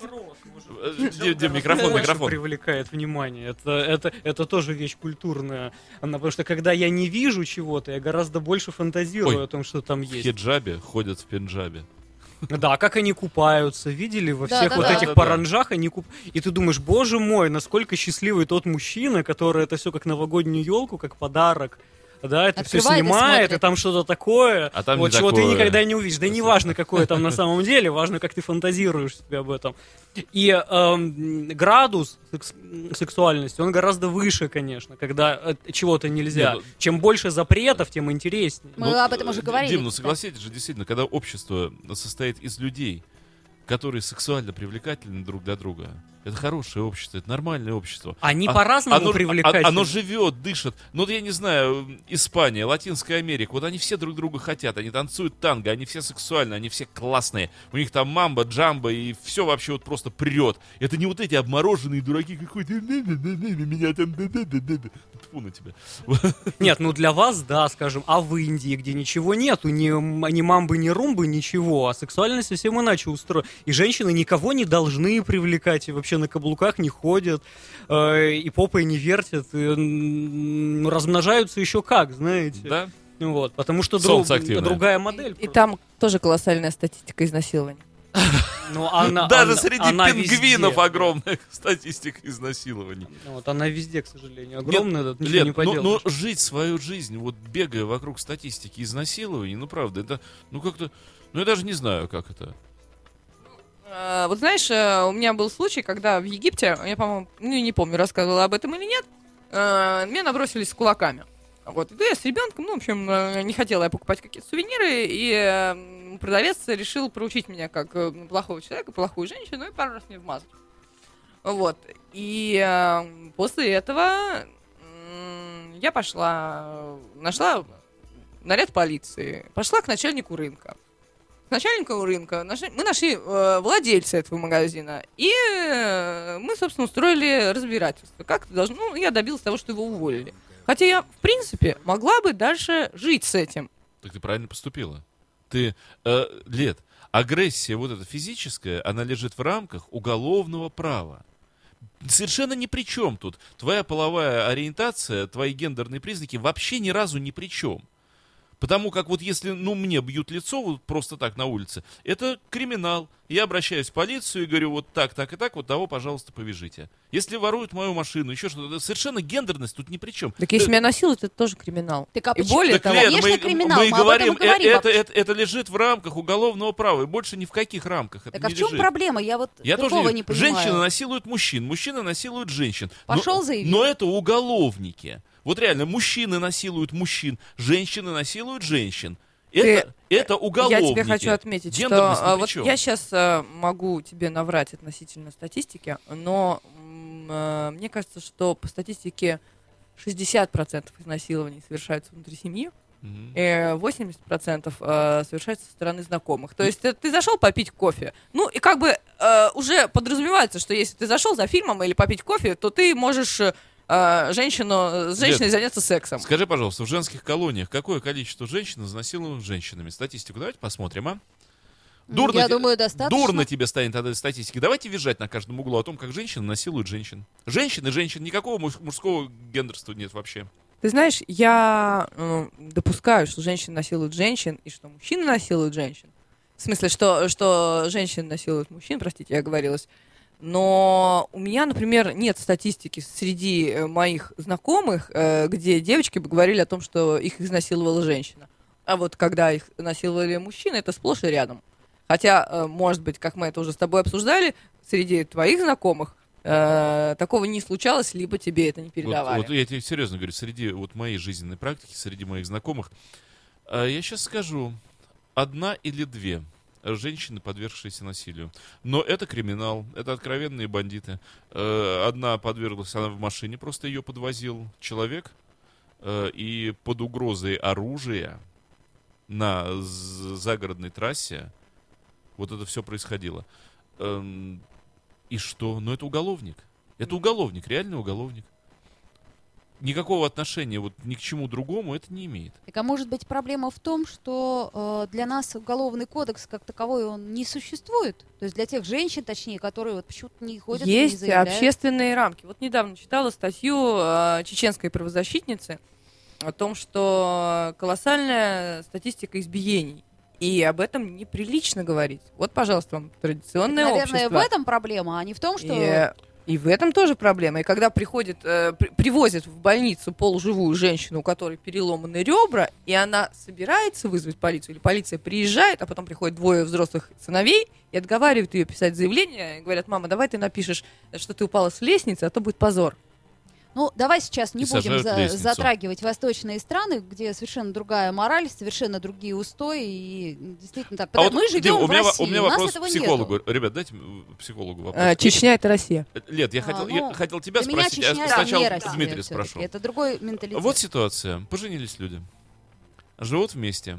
Э, Дим, Дим, микрофон, Больше микрофон. привлекает внимание. Это, это, это тоже вещь культурная. Она, потому что когда я не вижу чего-то, я гораздо больше фантазирую Ой, о том, что там В есть. хиджабе ходят в пенджабе. Да, как они купаются, видели во Да, всех да, вот да. этих Да, да, паранджах они куп... И ты думаешь, боже мой, насколько счастливый тот мужчина, который это все как новогоднюю елку, как подарок. Да, это все Открывает и снимает, и, смотрит. там что-то такое, А там вот не чего такое. ты никогда не увидишь. Да не важно, какое там на самом деле, важно, как ты фантазируешь себе об этом. И эм, градус секс- сексуальности, он гораздо выше, конечно, когда э, чего-то нельзя. Не, ну- Чем больше запретов, тем интереснее. Мы об этом уже э, говорили, Дим, ну кстати. согласитесь же, действительно, когда общество состоит из людей, которые сексуально привлекательны друг для друга, это хорошее общество, это нормальное общество. Они А- по-разному оно, привлекательны. а- Оно живет, дышит. Ну, вот я не знаю, Испания, Латинская Америка, вот они все друг друга хотят, они танцуют танго, они все сексуальные, они все классные. У них там мамба, джамба, и все вообще вот просто прет. Это не вот эти обмороженные дураки какой-то, меня там, тьфу на тебя. Нет, ну для вас, да, скажем, а в Индии, где ничего нету, ни, м- ни мамбы, ни румбы, ничего, а сексуальность совсем иначе устроена. И женщины никого не должны привлекать, и вообще на каблуках не ходят, э, и попой не вертят, и, м, размножаются еще как, знаете. Да? Ну Вот, потому что Солнце друг- активное. другая модель. И там тоже колоссальная статистика изнасилований. Ну, она- Даже она- среди она пингвинов везде. огромная статистика изнасилований. Вот, она везде, к сожалению, огромная, Нет, тут ничего Лен, не ну, поделаешь. ну, жить свою жизнь, вот бегая вокруг статистики изнасилований, ну правда, это, ну как-то, ну я даже не знаю, как это. Э, Вот знаешь, э, у меня был случай, когда в Египте, я, по-моему, ну, не помню, рассказывала об этом или нет, э, меня набросились с кулаками. Вот, иду я с ребенком, ну, в общем, э, не хотела я покупать какие-то сувениры, и э, продавец решил проучить меня как э, плохого человека, плохую женщину, и пару раз мне вмазать. Вот, и э, после этого м, я пошла, нашла наряд полиции, пошла к начальнику рынка. К начальнику рынка нашли- мы нашли э, владельца этого магазина, и э, мы, собственно, устроили разбирательство. Как это должно... Ну, я добилась того, что его уволили. Хотя я, в принципе, могла бы дальше жить с этим. Так ты правильно поступила. Ты, э, Лет, агрессия вот эта физическая, она лежит в рамках уголовного права. Совершенно ни при чем тут. Твоя половая ориентация, твои гендерные признаки вообще ни разу ни при чем. Потому как вот если, ну, мне бьют лицо вот просто так на улице, это криминал. Я обращаюсь в полицию и говорю, вот так, так и так, вот того, пожалуйста, повяжите. Если воруют мою машину, еще что-то, совершенно гендерность тут ни при чем. Так если меня насилуют, это тоже криминал. Так, а И почему? более Так, того, Лен, конечно, мы, криминал, мы мы об говорим, этом и говорим э- это, вообще. это, это лежит в рамках уголовного права, и больше ни в каких рамках это Так а не в чем лежит. проблема? Я вот Я тоже другого не, не понимаю. Женщины насилуют мужчин, мужчины насилуют женщин. Пошел, но, заявил. но это уголовники. Вот реально, мужчины насилуют мужчин, женщины насилуют женщин. Это, это уголовники. я тебе хочу отметить, что Гендерность ни а, при вот чем. я сейчас а, могу тебе наврать относительно статистики, но м, а, мне кажется, что по статистике шестьдесят процентов изнасилований совершаются внутри семьи, Мгм. и восемьдесят процентов а, совершается со стороны знакомых. То есть э, ты зашел попить кофе, ну и как бы э, уже подразумевается, что если ты зашел за фильмом или попить кофе, то ты можешь э, женщину, с женщиной Лет, заняться сексом. Скажи, пожалуйста, в женских колониях какое количество женщин изнасиловано женщинами? Статистику давайте посмотрим, а? Дурно, Я те- думаю, достаточно. Дурно тебе станет от этой статистики. Давайте визжать на каждом углу о том, как женщины насилуют женщин. Женщины, женщин, никакого муж- мужского гендерства нет вообще. Ты знаешь, я э, допускаю, что женщины насилуют женщин и что мужчины насилуют женщин. В смысле, что, что женщины насилуют мужчин, простите, я оговорилась. Но у меня, например, нет статистики среди э, моих знакомых, э, где девочки бы говорили о том, что их изнасиловала женщина. А вот когда их насиловали мужчины, это сплошь и рядом. Хотя, э, может быть, как мы это уже с тобой обсуждали, среди твоих знакомых э, такого не случалось, либо тебе это не Вот, передавали. вот я тебе серьезно говорю, среди вот моей жизненной практики, среди моих знакомых, э, я сейчас скажу, одна или две женщины, подвергшиеся насилию. Но это криминал, это откровенные бандиты. Э, одна подверглась, она в машине, просто ее подвозил человек, э, и под угрозой оружия на з- загородной трассе вот это все происходило. Эм, и что? Ну это уголовник. Это уголовник, реальный уголовник. Никакого отношения вот ни к чему другому это не имеет. Так, а может быть проблема в том, что э, для нас уголовный кодекс как таковой он не существует? То есть для тех женщин, точнее, которые вот почему-то не ходят и не Есть заявляют. общественные рамки. Вот недавно читала статью э, чеченской правозащитницы о том, что колоссальная статистика избиений. И об этом неприлично говорить. Вот, пожалуйста, вам Так, традиционное наверное, общество. в этом проблема, а не в том, что... И, и в этом тоже проблема. И когда приходит, э, при- привозят в больницу полуживую женщину, у которой переломаны ребра, и она собирается вызвать полицию, или полиция приезжает, а потом приходят двое взрослых сыновей и отговаривают ее писать заявление, и говорят: мама, давай ты напишешь, что ты упала с лестницы, а то будет позор. Ну, давай сейчас не И будем сажают за- лестницу. затрагивать восточные страны, где совершенно другая мораль, совершенно другие устои, и действительно так. А Потому- вот, мы живем Дим, у в меня, России, у меня у нас вопрос этого к психологу. нету. Ребят, дайте м, психологу вопрос. Э, Чечня — это Россия. Лет, я А, хотел, ну, я хотел тебя Для меня спросить, а Чечня — сначала не Россия Дмитрия всё-таки. спрошу. Это другой менталитет. Вот ситуация. Поженились люди. Живут вместе.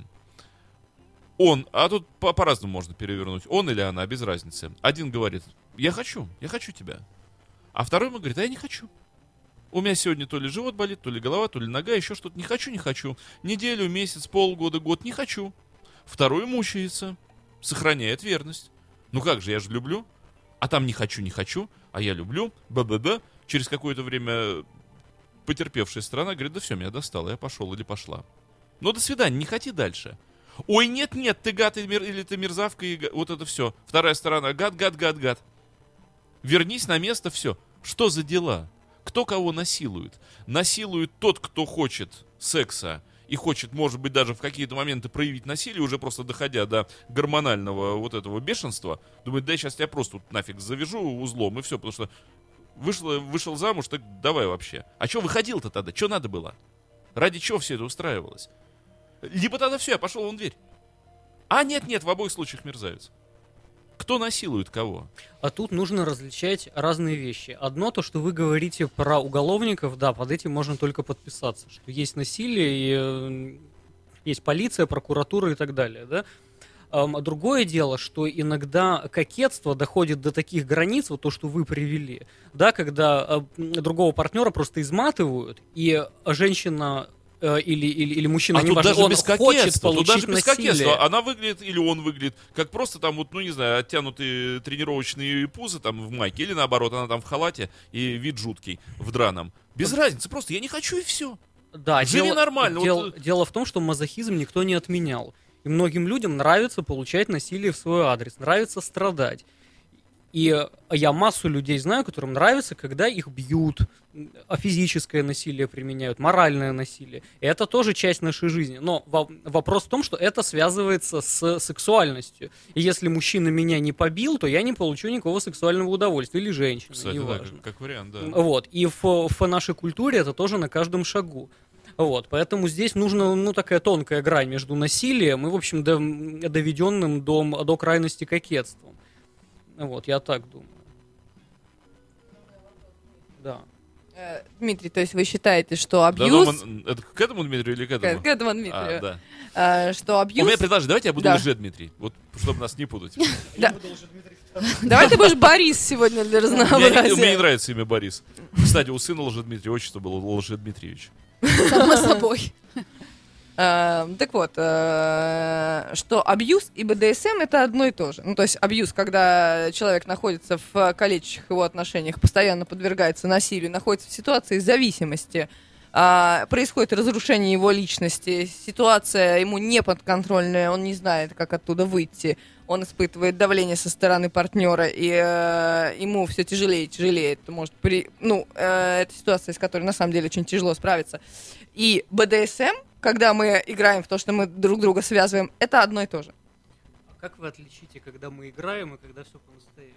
Он, а тут по- по-разному можно перевернуть. Он или она, без разницы. Один говорит: я хочу, я хочу тебя. А второй ему говорит: а я не хочу. У меня сегодня то ли живот болит, то ли голова, то ли нога, еще что-то. Не хочу, не хочу. Неделю, месяц, полгода, год, не хочу. Второй мучается, сохраняет верность. Ну как же, я же люблю. А там не хочу, не хочу, а я люблю. Б-б-б. Через какое-то время потерпевшая сторона говорит: да все, меня достало, я пошел или пошла. Ну до свидания, не хоти дальше. Ой, нет-нет, ты гад или, мер- или ты мерзавка, и га- вот это все. Вторая сторона: гад, гад, гад, гад. Вернись на место, все. Что за дела? Кто кого насилует? Насилует тот, кто хочет секса и хочет, может быть, даже в какие-то моменты проявить насилие, уже просто доходя до гормонального вот этого бешенства. Думает: да, сейчас я просто тут нафиг завяжу узлом, и все, потому что вышла, вышел замуж, так давай вообще. А что выходил-то тогда? Что надо было? Ради чего все это устраивалось? Либо тогда все, я пошел вон дверь. А нет-нет, в обоих случаях мерзавец. Кто насилует кого? А тут нужно различать разные вещи. Одно, то, что вы говорите про уголовников, да, под этим можно только подписаться, что есть насилие, и э, есть полиция, прокуратура и так далее, да. Эм, а другое дело, что иногда кокетство доходит до таких границ, вот то, что вы привели, да, когда э, другого партнера просто изматывают, и женщина э, или, или, или мужчина, А тут неважно, даже он без хочет кокетства, тут получить даже без насилие. кокетства. Она выглядит, или он выглядит, как просто там вот, ну не знаю, оттянутые тренировочные пузы там в майке, или наоборот, она там в халате и вид жуткий, в драном. Без разницы, просто я не хочу и все. Да, Живи дело, нормально. дел- Вот, дело в том, что мазохизм никто не отменял. И многим людям нравится получать насилие в свой адрес, нравится страдать. И я массу людей знаю, которым нравится, когда их бьют, а физическое насилие применяют, моральное насилие. И это тоже часть нашей жизни. Но во- вопрос в том, что это связывается с сексуальностью. И если мужчина меня не побил, то я не получу никакого сексуального удовольствия. Или женщина, кстати, да, неважно. как, как вариант, да. Вот. И в, в нашей культуре это тоже на каждом шагу. Вот. Поэтому здесь нужна, ну, такая тонкая грань между насилием и, в общем, до, доведенным до, до крайности кокетством. Вот, я так думаю. Да. Э, Дмитрий, то есть вы считаете, что Да, абьюз... ну, мы- это к этому Дмитрию или к этому? К, к этому А, Дмитрию. да. Э, что У абьюз... меня предложение, давайте я буду Да. лже-Дмитрий, вот, чтобы нас не путать. Да. Давай ты будешь Борис сегодня для Мне не- разнообразия. Мне не нравится имя Борис. Кстати, у сына Лжедмитрия отчество было Лжедмитриевич. Само собой. Э, Так вот, э, что абьюз и бэ дэ эс эм это одно и то же. Ну, то есть абьюз, когда человек находится в калечащих его отношениях, постоянно подвергается насилию, находится в ситуации зависимости, а, происходит разрушение его личности, ситуация ему не подконтрольная, он не знает, как оттуда выйти, он испытывает давление со стороны партнера, и э, ему все тяжелее и тяжелее. Это может при... Ну, э, это ситуация, с которой на самом деле очень тяжело справиться. И бэ дэ эс эм, когда мы играем в то, что мы друг друга связываем, это одно и то же. А как вы отличите, когда мы играем и когда все по-настоящему?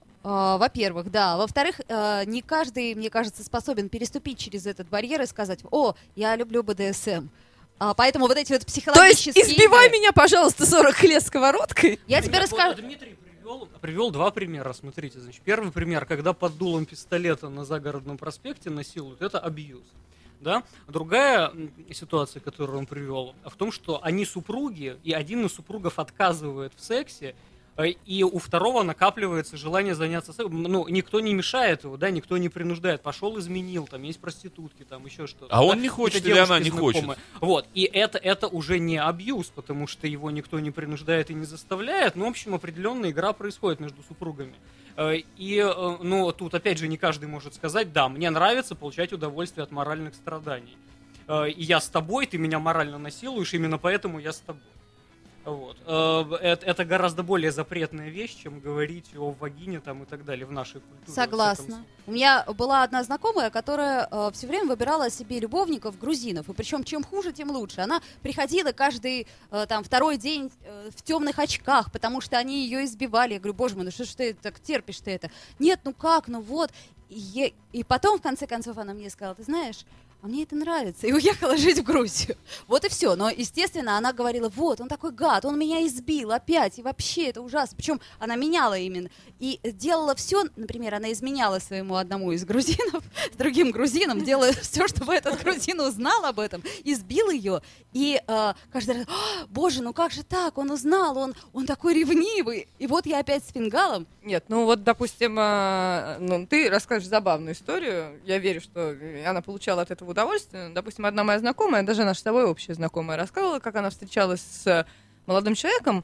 А, Во-первых, да. Во-вторых, э, не каждый, мне кажется, способен переступить через этот барьер и сказать: о, я люблю бэ дэ эс эм. А, поэтому вот эти вот То есть психологические... избивай игры- меня, пожалуйста, сорок лет сковородкой. Я тебе Вот расскажу. Дмитрий привел, привел два примера. Смотрите, значит, первый пример, когда под дулом пистолета на Загородном проспекте насилуют, это абьюз. Да? Другая м, ситуация, которую он привел, в том, что они супруги, и один из супругов отказывает в сексе, э, и у второго накапливается желание заняться сексом. Ну, никто не мешает его, да, никто не принуждает. Пошел, изменил, там есть проститутки, там еще что-то. А он да, не хочет какие-то или она девушки не хочет? знакомые. Вот, и это, это уже не абьюз, потому что его никто не принуждает и не заставляет. Ну, в общем, определенная игра происходит между супругами. Э, И, э, ну, тут, опять же, не каждый может сказать: да, мне нравится получать удовольствие от моральных страданий. Э, И я с тобой, ты меня морально насилуешь, именно поэтому я с тобой. Вот. Э, Это, это гораздо более запретная вещь, чем говорить о вагине там, и так далее в нашей культуре. во всяком Согласна. случае. У меня была одна знакомая, которая все время выбирала себе любовников грузинов. И причем чем хуже, тем лучше. Она приходила каждый э, там второй день э, в темных очках, потому что они ее избивали. Я говорю: боже мой, ну что ж ты так терпишь ты это? Нет, ну как, ну вот. И, е- и потом, в конце концов, она мне сказала: ты знаешь, а мне это нравится. И уехала жить в Грузию. Вот и все. Но, естественно, она говорила: вот, он такой гад, он меня избил опять, и вообще это ужасно. Причем она меняла именно. И делала все, например, она изменяла своему одному из грузинов с другим грузином, делая все, чтобы этот грузин узнал об этом, избил ее. И э, каждый раз: «А, боже, ну как же так, он узнал, он, он такой ревнивый. И вот я опять с фингалом. Нет, ну вот, допустим, а, ну, ты расскажешь забавную историю. Я верю, что она получала от этого удовольствие. Допустим, одна моя знакомая, даже наша с тобой общая знакомая, рассказывала, как она встречалась с молодым человеком,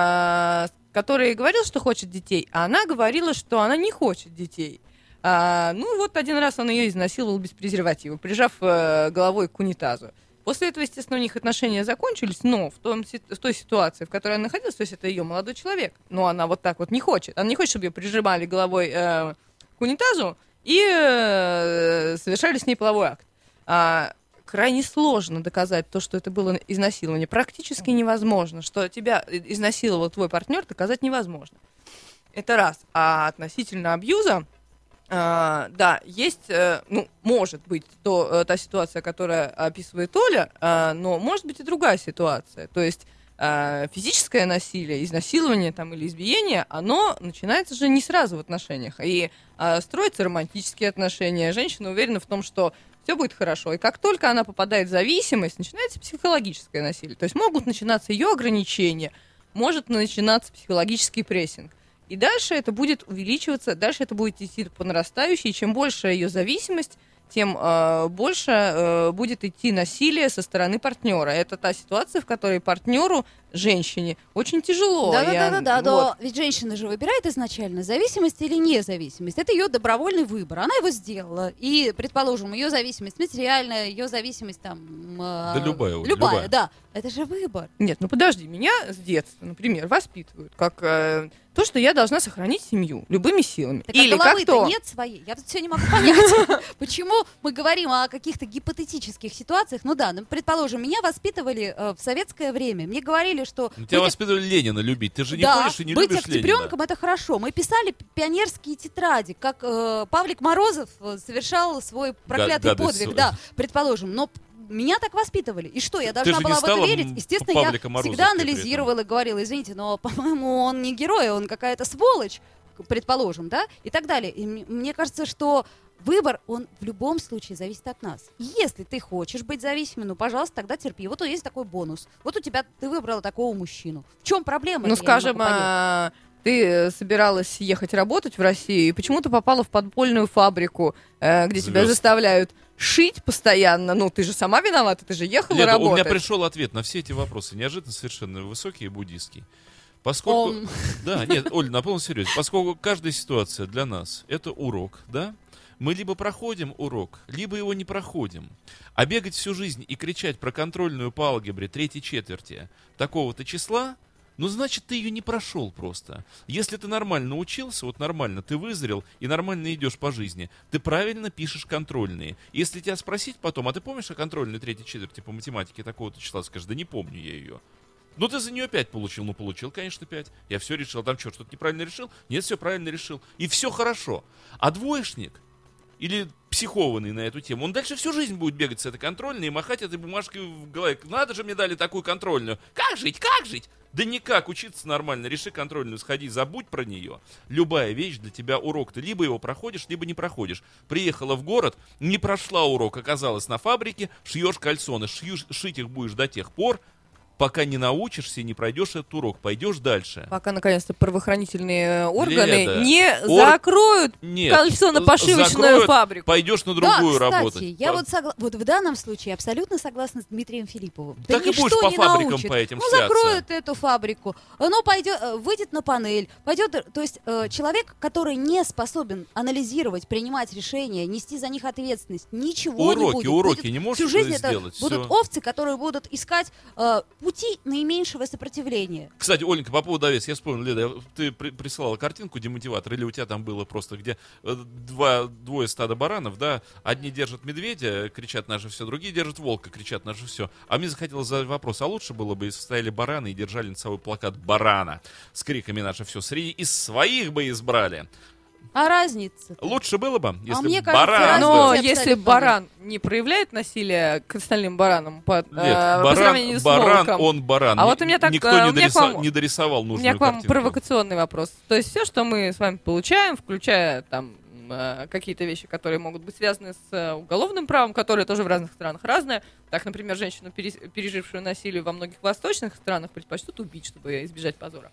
а, который говорил, что хочет детей, а она говорила, что она не хочет детей. А, ну вот один раз он ее изнасиловал без презерватива, прижав э, головой к унитазу. После этого, естественно, у них отношения закончились, но в, том, в той ситуации, в которой она находилась, то есть это ее молодой человек, но она вот так вот не хочет. Она не хочет, чтобы ее прижимали головой э, к унитазу и э, совершали с ней половой акт. А, крайне сложно доказать то, что это было изнасилование. Практически невозможно. Что тебя изнасиловал твой партнер, доказать невозможно. Это раз. А относительно абьюза, Uh, да, есть, uh, ну, может быть, то, uh, та ситуация, которая описывает Оля, uh, но может быть и другая ситуация. То есть uh, физическое насилие, изнасилование там, или избиение, оно начинается же не сразу в отношениях. И uh, строятся романтические отношения. Женщина уверена в том, что все будет хорошо. И как только она попадает в зависимость, начинается психологическое насилие. То есть могут начинаться ее ограничения, может начинаться психологический прессинг. И дальше это будет увеличиваться, дальше это будет идти по нарастающей. И чем больше ее зависимость, тем э, больше э, будет идти насилие со стороны партнера. Это та ситуация, в которой партнеру женщине очень тяжело. Да, да, Я- да, да, да, вот. но ведь женщина же выбирает изначально, зависимость или независимость. Это ее добровольный выбор. Она его сделала. И, предположим, ее зависимость материальная, ее зависимость там. э, Да любая, Оль, любая, любая. да. Это же выбор. Нет, ну подожди, меня с детства, например, воспитывают как э, то, что я должна сохранить семью любыми силами. Так Или а как головы-то то. нет своей. Я тут все не могу понять, почему мы говорим о каких-то гипотетических ситуациях. Ну да, ну, предположим, меня воспитывали э, в советское время. Мне говорили, что... Ну, Тебя быть- воспитывали Ленина любить. Ты же не да, ходишь и не быть любишь Ленина. октябренком — это хорошо. Мы писали п- пионерские тетради, как э, Павлик Морозов э, совершал свой проклятый гадость подвиг. свою. Да, предположим. Но п- меня так воспитывали. И что, я Ты должна же не была в это стала, верить? м, Естественно, я Павлика Морозовкой всегда при этом. анализировала и говорила: извините, но, по-моему, он не герой, он какая-то сволочь, к- предположим, да, и так далее. И мне- мне кажется, что выбор, он в любом случае зависит от нас. Если ты хочешь быть зависимым, ну, пожалуйста, тогда терпи. Вот есть такой бонус. Вот у тебя, ты выбрала такого мужчину. В чем проблема? Ну, скажем, а, ты собиралась ехать работать в Россию и почему-то попала в подпольную фабрику, э, где тебя Звезд. заставляют шить постоянно. Ну, ты же сама виновата, ты же ехала Леда, у меня работать. пришел ответ на все эти вопросы. Неожиданно совершенно высокий и буддийский. Поскольку... Он- Да, нет, Оль, на полном серьезе. Поскольку каждая ситуация для нас — это урок, да? Мы либо проходим урок, либо его не проходим. А бегать всю жизнь и кричать про контрольную по алгебре третьей четверти такого-то числа, ну, значит, ты ее не прошел просто. Если ты нормально учился, вот нормально, ты вызрел и нормально идешь по жизни, ты правильно пишешь контрольные. Если тебя спросить потом, а ты помнишь о контрольной третьей четверти по математике такого-то числа, скажешь: да не помню я ее. Ну, ты за нее пять получил. Ну, получил, конечно, пять. Я все решил. Там что, что-то неправильно решил? Нет, все правильно решил. И все хорошо. А двоечник или психованный на эту тему, он дальше всю жизнь будет бегать с этой контрольной и махать этой бумажкой в голове. Надо же, мне дали такую контрольную. Как жить, как жить? Да никак, учиться нормально. Реши контрольную, сходи, забудь про нее. Любая вещь для тебя урок. Ты либо его проходишь, либо не проходишь. Приехала в город, не прошла урок, оказалась на фабрике, шьешь кальсоны. Шьешь, шить их будешь до тех пор, пока не научишься и не пройдешь этот урок, пойдешь дальше. Пока, наконец-то, правоохранительные органы Леда, не ор- закроют Нет, кольцо-пошивочную закроют, фабрику. пойдешь на Да, другую кстати, работать. я По- вот, согла- вот в данном случае абсолютно согласна с Дмитрием Филипповым. Да Так и будешь ничто по не фабрикам научит. по этим Ну, шляться. закроют эту фабрику, оно пойдет, э, выйдет на панель, пойдет, э, то есть э, человек, который не способен анализировать, принимать решения, нести за них ответственность, ничего не Уроки, будет. уроки Будет не можешь всю жизнь это сделать? будут Всё. овцы, которые будут искать э, пути наименьшего сопротивления. Кстати, Оленька, по поводу овец, я вспомнил, Леда, я- ты при- присылала картинку демотиватор, или у тебя там было просто, где э, два, двое стада баранов, да, одни держат медведя, кричат наше все, другие держат волка, кричат наше все. А мне захотелось задать вопрос, а лучше было бы, если стояли бараны и держали над собой плакат барана с криками наше все, среди из своих бы избрали. А разница? Лучше было бы, если мне кажется, баран... разница Но абсолютно если нет. баран не проявляет насилие к остальным баранам по, Нет, э, по баран, сравнению с баран, волком, он баран. а Ни- вот у меня так, Никто э, не, у меня к дориса- вам- не дорисовал у нужную меня к вам картинку. провокационный вопрос. То есть все, что мы с вами получаем, включая там э, какие-то вещи, которые могут быть связаны с э, уголовным правом, которые тоже в разных странах разное. Так, например, женщину, перес- пережившую насилие во многих восточных странах, предпочтут убить, чтобы избежать позора.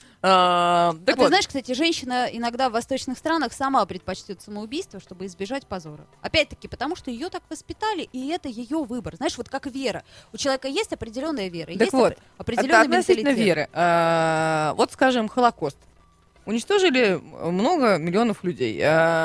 А, так а вот. ты знаешь, кстати, женщина иногда в восточных странах сама предпочтет самоубийство, чтобы избежать позора. Опять-таки, потому что ее так воспитали, и это ее выбор. Знаешь, вот как вера. У человека есть определенная вера, Так есть вот, опре- определенный Это относительно менталитет. веры. А, вот, скажем, Холокост. Уничтожили много миллионов людей.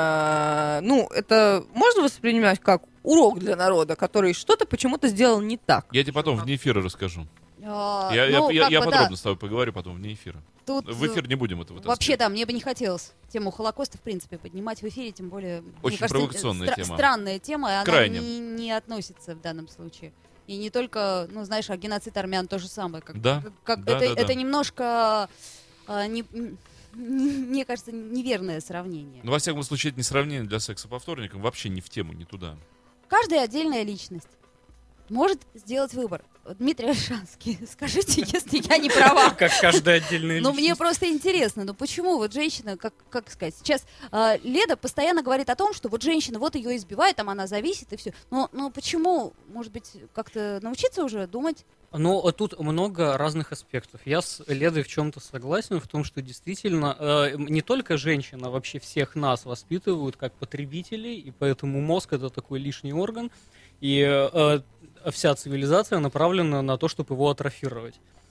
А, ну, это можно воспринимать как урок для народа, который что-то почему-то сделал не так. Я тебе потом вне эфира расскажу. А, Я, я- ну, я, как я бы, да. подробно с тобой поговорю потом вне эфира. Тут, В эфир не будем это вытаскивать. вообще, да, мне бы не хотелось тему Холокоста, в принципе, поднимать в эфире, тем более... мне Очень кажется, провокационная стра- тема. Странная тема, и она Крайне. не, не относится в данном случае. И не только, ну, знаешь, а геноцид армян то же самое. Как, Да, как- как да, это, да, да. это немножко, а, не- м, мне кажется, неверное сравнение. Ну, во всяком случае, это не сравнение для секса по вторникам. Вообще не в тему, не туда. Каждая отдельная личность может сделать выбор. Дмитрий Ольшанский, скажите, если я не права. Как каждая отдельная Ну, личность. мне просто интересно, ну почему вот женщина, как, как сказать, сейчас э, Леда постоянно говорит о том, что вот женщина, вот ее избивает, там она зависит и все. Но, но почему, может быть, как-то научиться уже думать? Но э, тут много разных аспектов. Я с Ледой в чем-то согласен, в том, что действительно э, не только женщин, а вообще всех нас воспитывают как потребителей, и поэтому мозг — это такой лишний орган, и э, вся цивилизация направлена на то, чтобы его атрофировать.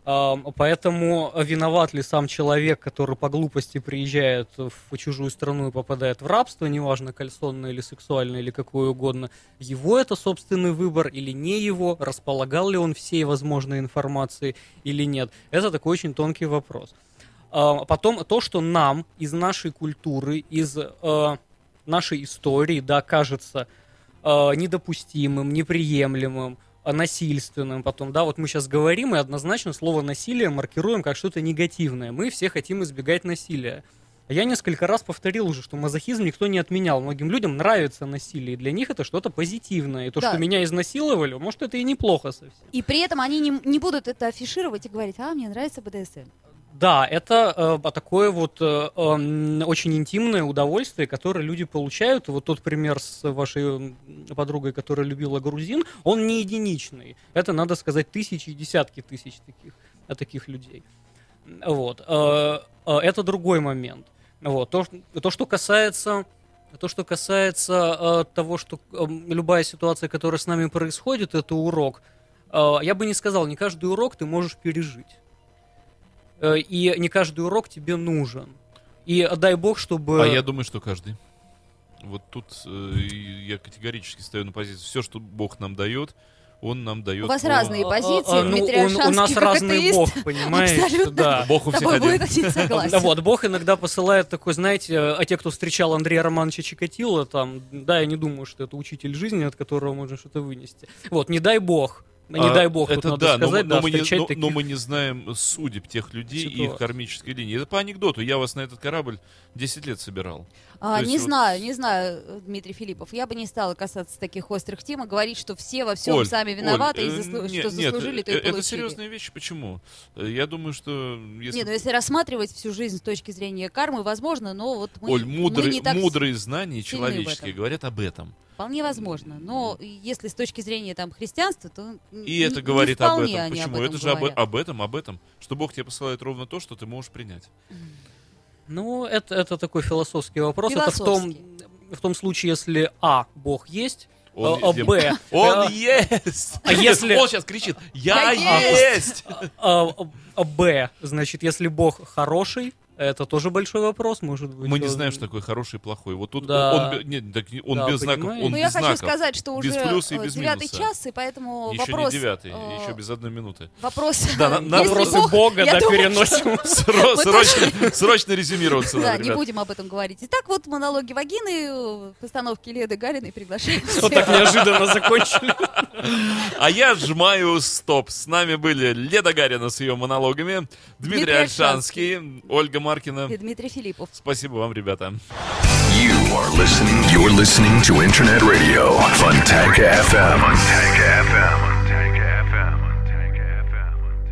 Поэтому виноват ли сам человек, который по глупости приезжает в чужую страну и попадает в рабство, неважно, кальсонное или сексуальное, или какое угодно, его это собственный выбор или не его, располагал ли он всей возможной информацией или нет, это такой очень тонкий вопрос. Потом то, что нам из нашей культуры, из нашей истории, да, кажется недопустимым, неприемлемым, насильственным потом, да, вот мы сейчас говорим и однозначно слово «насилие» маркируем как что-то негативное. Мы все хотим избегать насилия. Я несколько раз повторил уже, что мазохизм никто не отменял. Многим людям нравится насилие, и для них это что-то позитивное. И то, Да. что меня изнасиловали, может, это и неплохо совсем. И при этом они не, не будут это афишировать и говорить, а, мне нравится бэ дэ эс эм. Да, это э, такое вот э, э, очень интимное удовольствие, которое люди получают. Вот тот пример с вашей подругой, которая любила грузин, он не единичный. Это, надо сказать, тысячи и десятки тысяч таких, э, таких людей. Вот. Э, э, это другой момент. Вот. То, то, что касается... То, что касается э, того, что э, любая ситуация, которая с нами происходит, это урок. Э, я бы не сказал, не каждый урок ты можешь пережить. И не каждый урок тебе нужен. И дай бог, чтобы... А я думаю, что каждый. Вот тут э, я категорически стою на позицию. Все, что Бог нам дает, Он нам дает. У вас по- разные позиции, А, а, ну, Дмитрий он- Альшанский, у нас как разный атеист, Бог, понимаешь? абсолютно Да. Бог у с всех тобой один. будет один согласен. Да, вот, Бог иногда посылает такой, знаете, а те, кто встречал Андрея Романовича Чикатило, там, да, я не думаю, что это учитель жизни, от которого можно что-то вынести. Вот, не дай Бог. Не А, дай бог, тут это надо да, но сказать, мы- но, да, мы не, встречать но- таких... но мы не знаем судеб тех людей и их ситуаций. кармической линии. Это по анекдоту. Я вас на этот корабль десять лет собирал. А, То есть не вот- знаю, не знаю, Дмитрий Филиппов. Я бы не стала касаться таких острых тем и говорить, что все во всем Оль, сами виноваты Оль, и э, заслу- нет, что нет, заслужили, то и э, получили. это серьезные вещи. Почему? Э, Я думаю, что если... Нет, ну если рассматривать всю жизнь с точки зрения кармы, возможно, но вот мы, Оль, мы мудрые, не так мудрые знания сильны в человеческие этом. говорят об этом. вполне возможно. Но если с точки зрения там христианства, то И н- это не говорит об вполне этом. они Почему? об этом это же об, говорят. об этом, об этом. Что Бог тебе посылает ровно то, что ты можешь принять. Ну, это, это такой философский вопрос. Это в том, Философский. в том случае, если А, Бог есть, Он а, а, везде- Б, Он а, есть! а если- Он сейчас кричит: Я Я есть! а, а, а, Б, значит, если Бог хороший, это тоже большой вопрос, может быть. Мы не он- знаем, что такое хороший и плохой. Вот тут Да. он, бе- нет, так не- он Да, без знаков, понимаете? он Ну, без я хочу знаков. сказать, что уже Без плюса и э, без девятый минуса. час, и поэтому Еще вопрос... не девятый, э, еще без одной минуты. Вопрос... Да, на- на Если Вопросы Бог- Бога, я да, думаю, переносим. Сро- Мы Срочно, срочно резюмироваться Да, надо, не ребят. будем об этом говорить. Итак, вот монологи вагины, э, постановки Леды Гариной приглашаем Вот так неожиданно закончили. А я сжимаю стоп. С нами были Леда Гарина с ее монологами, Дмитрий Дмитрий Альшанский, Ольга Маркина. и Дмитрий Филиппов. Спасибо вам, ребята. You are listening. You're listening to Internet Radio Fontanka эф эм. Fontanka эф эм. Fontanka эф эм. Fontanka эф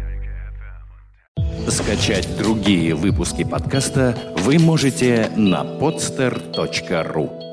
эм. Fontanka эф эм. Скачать другие выпуски подкаста вы можете на podster точка ру.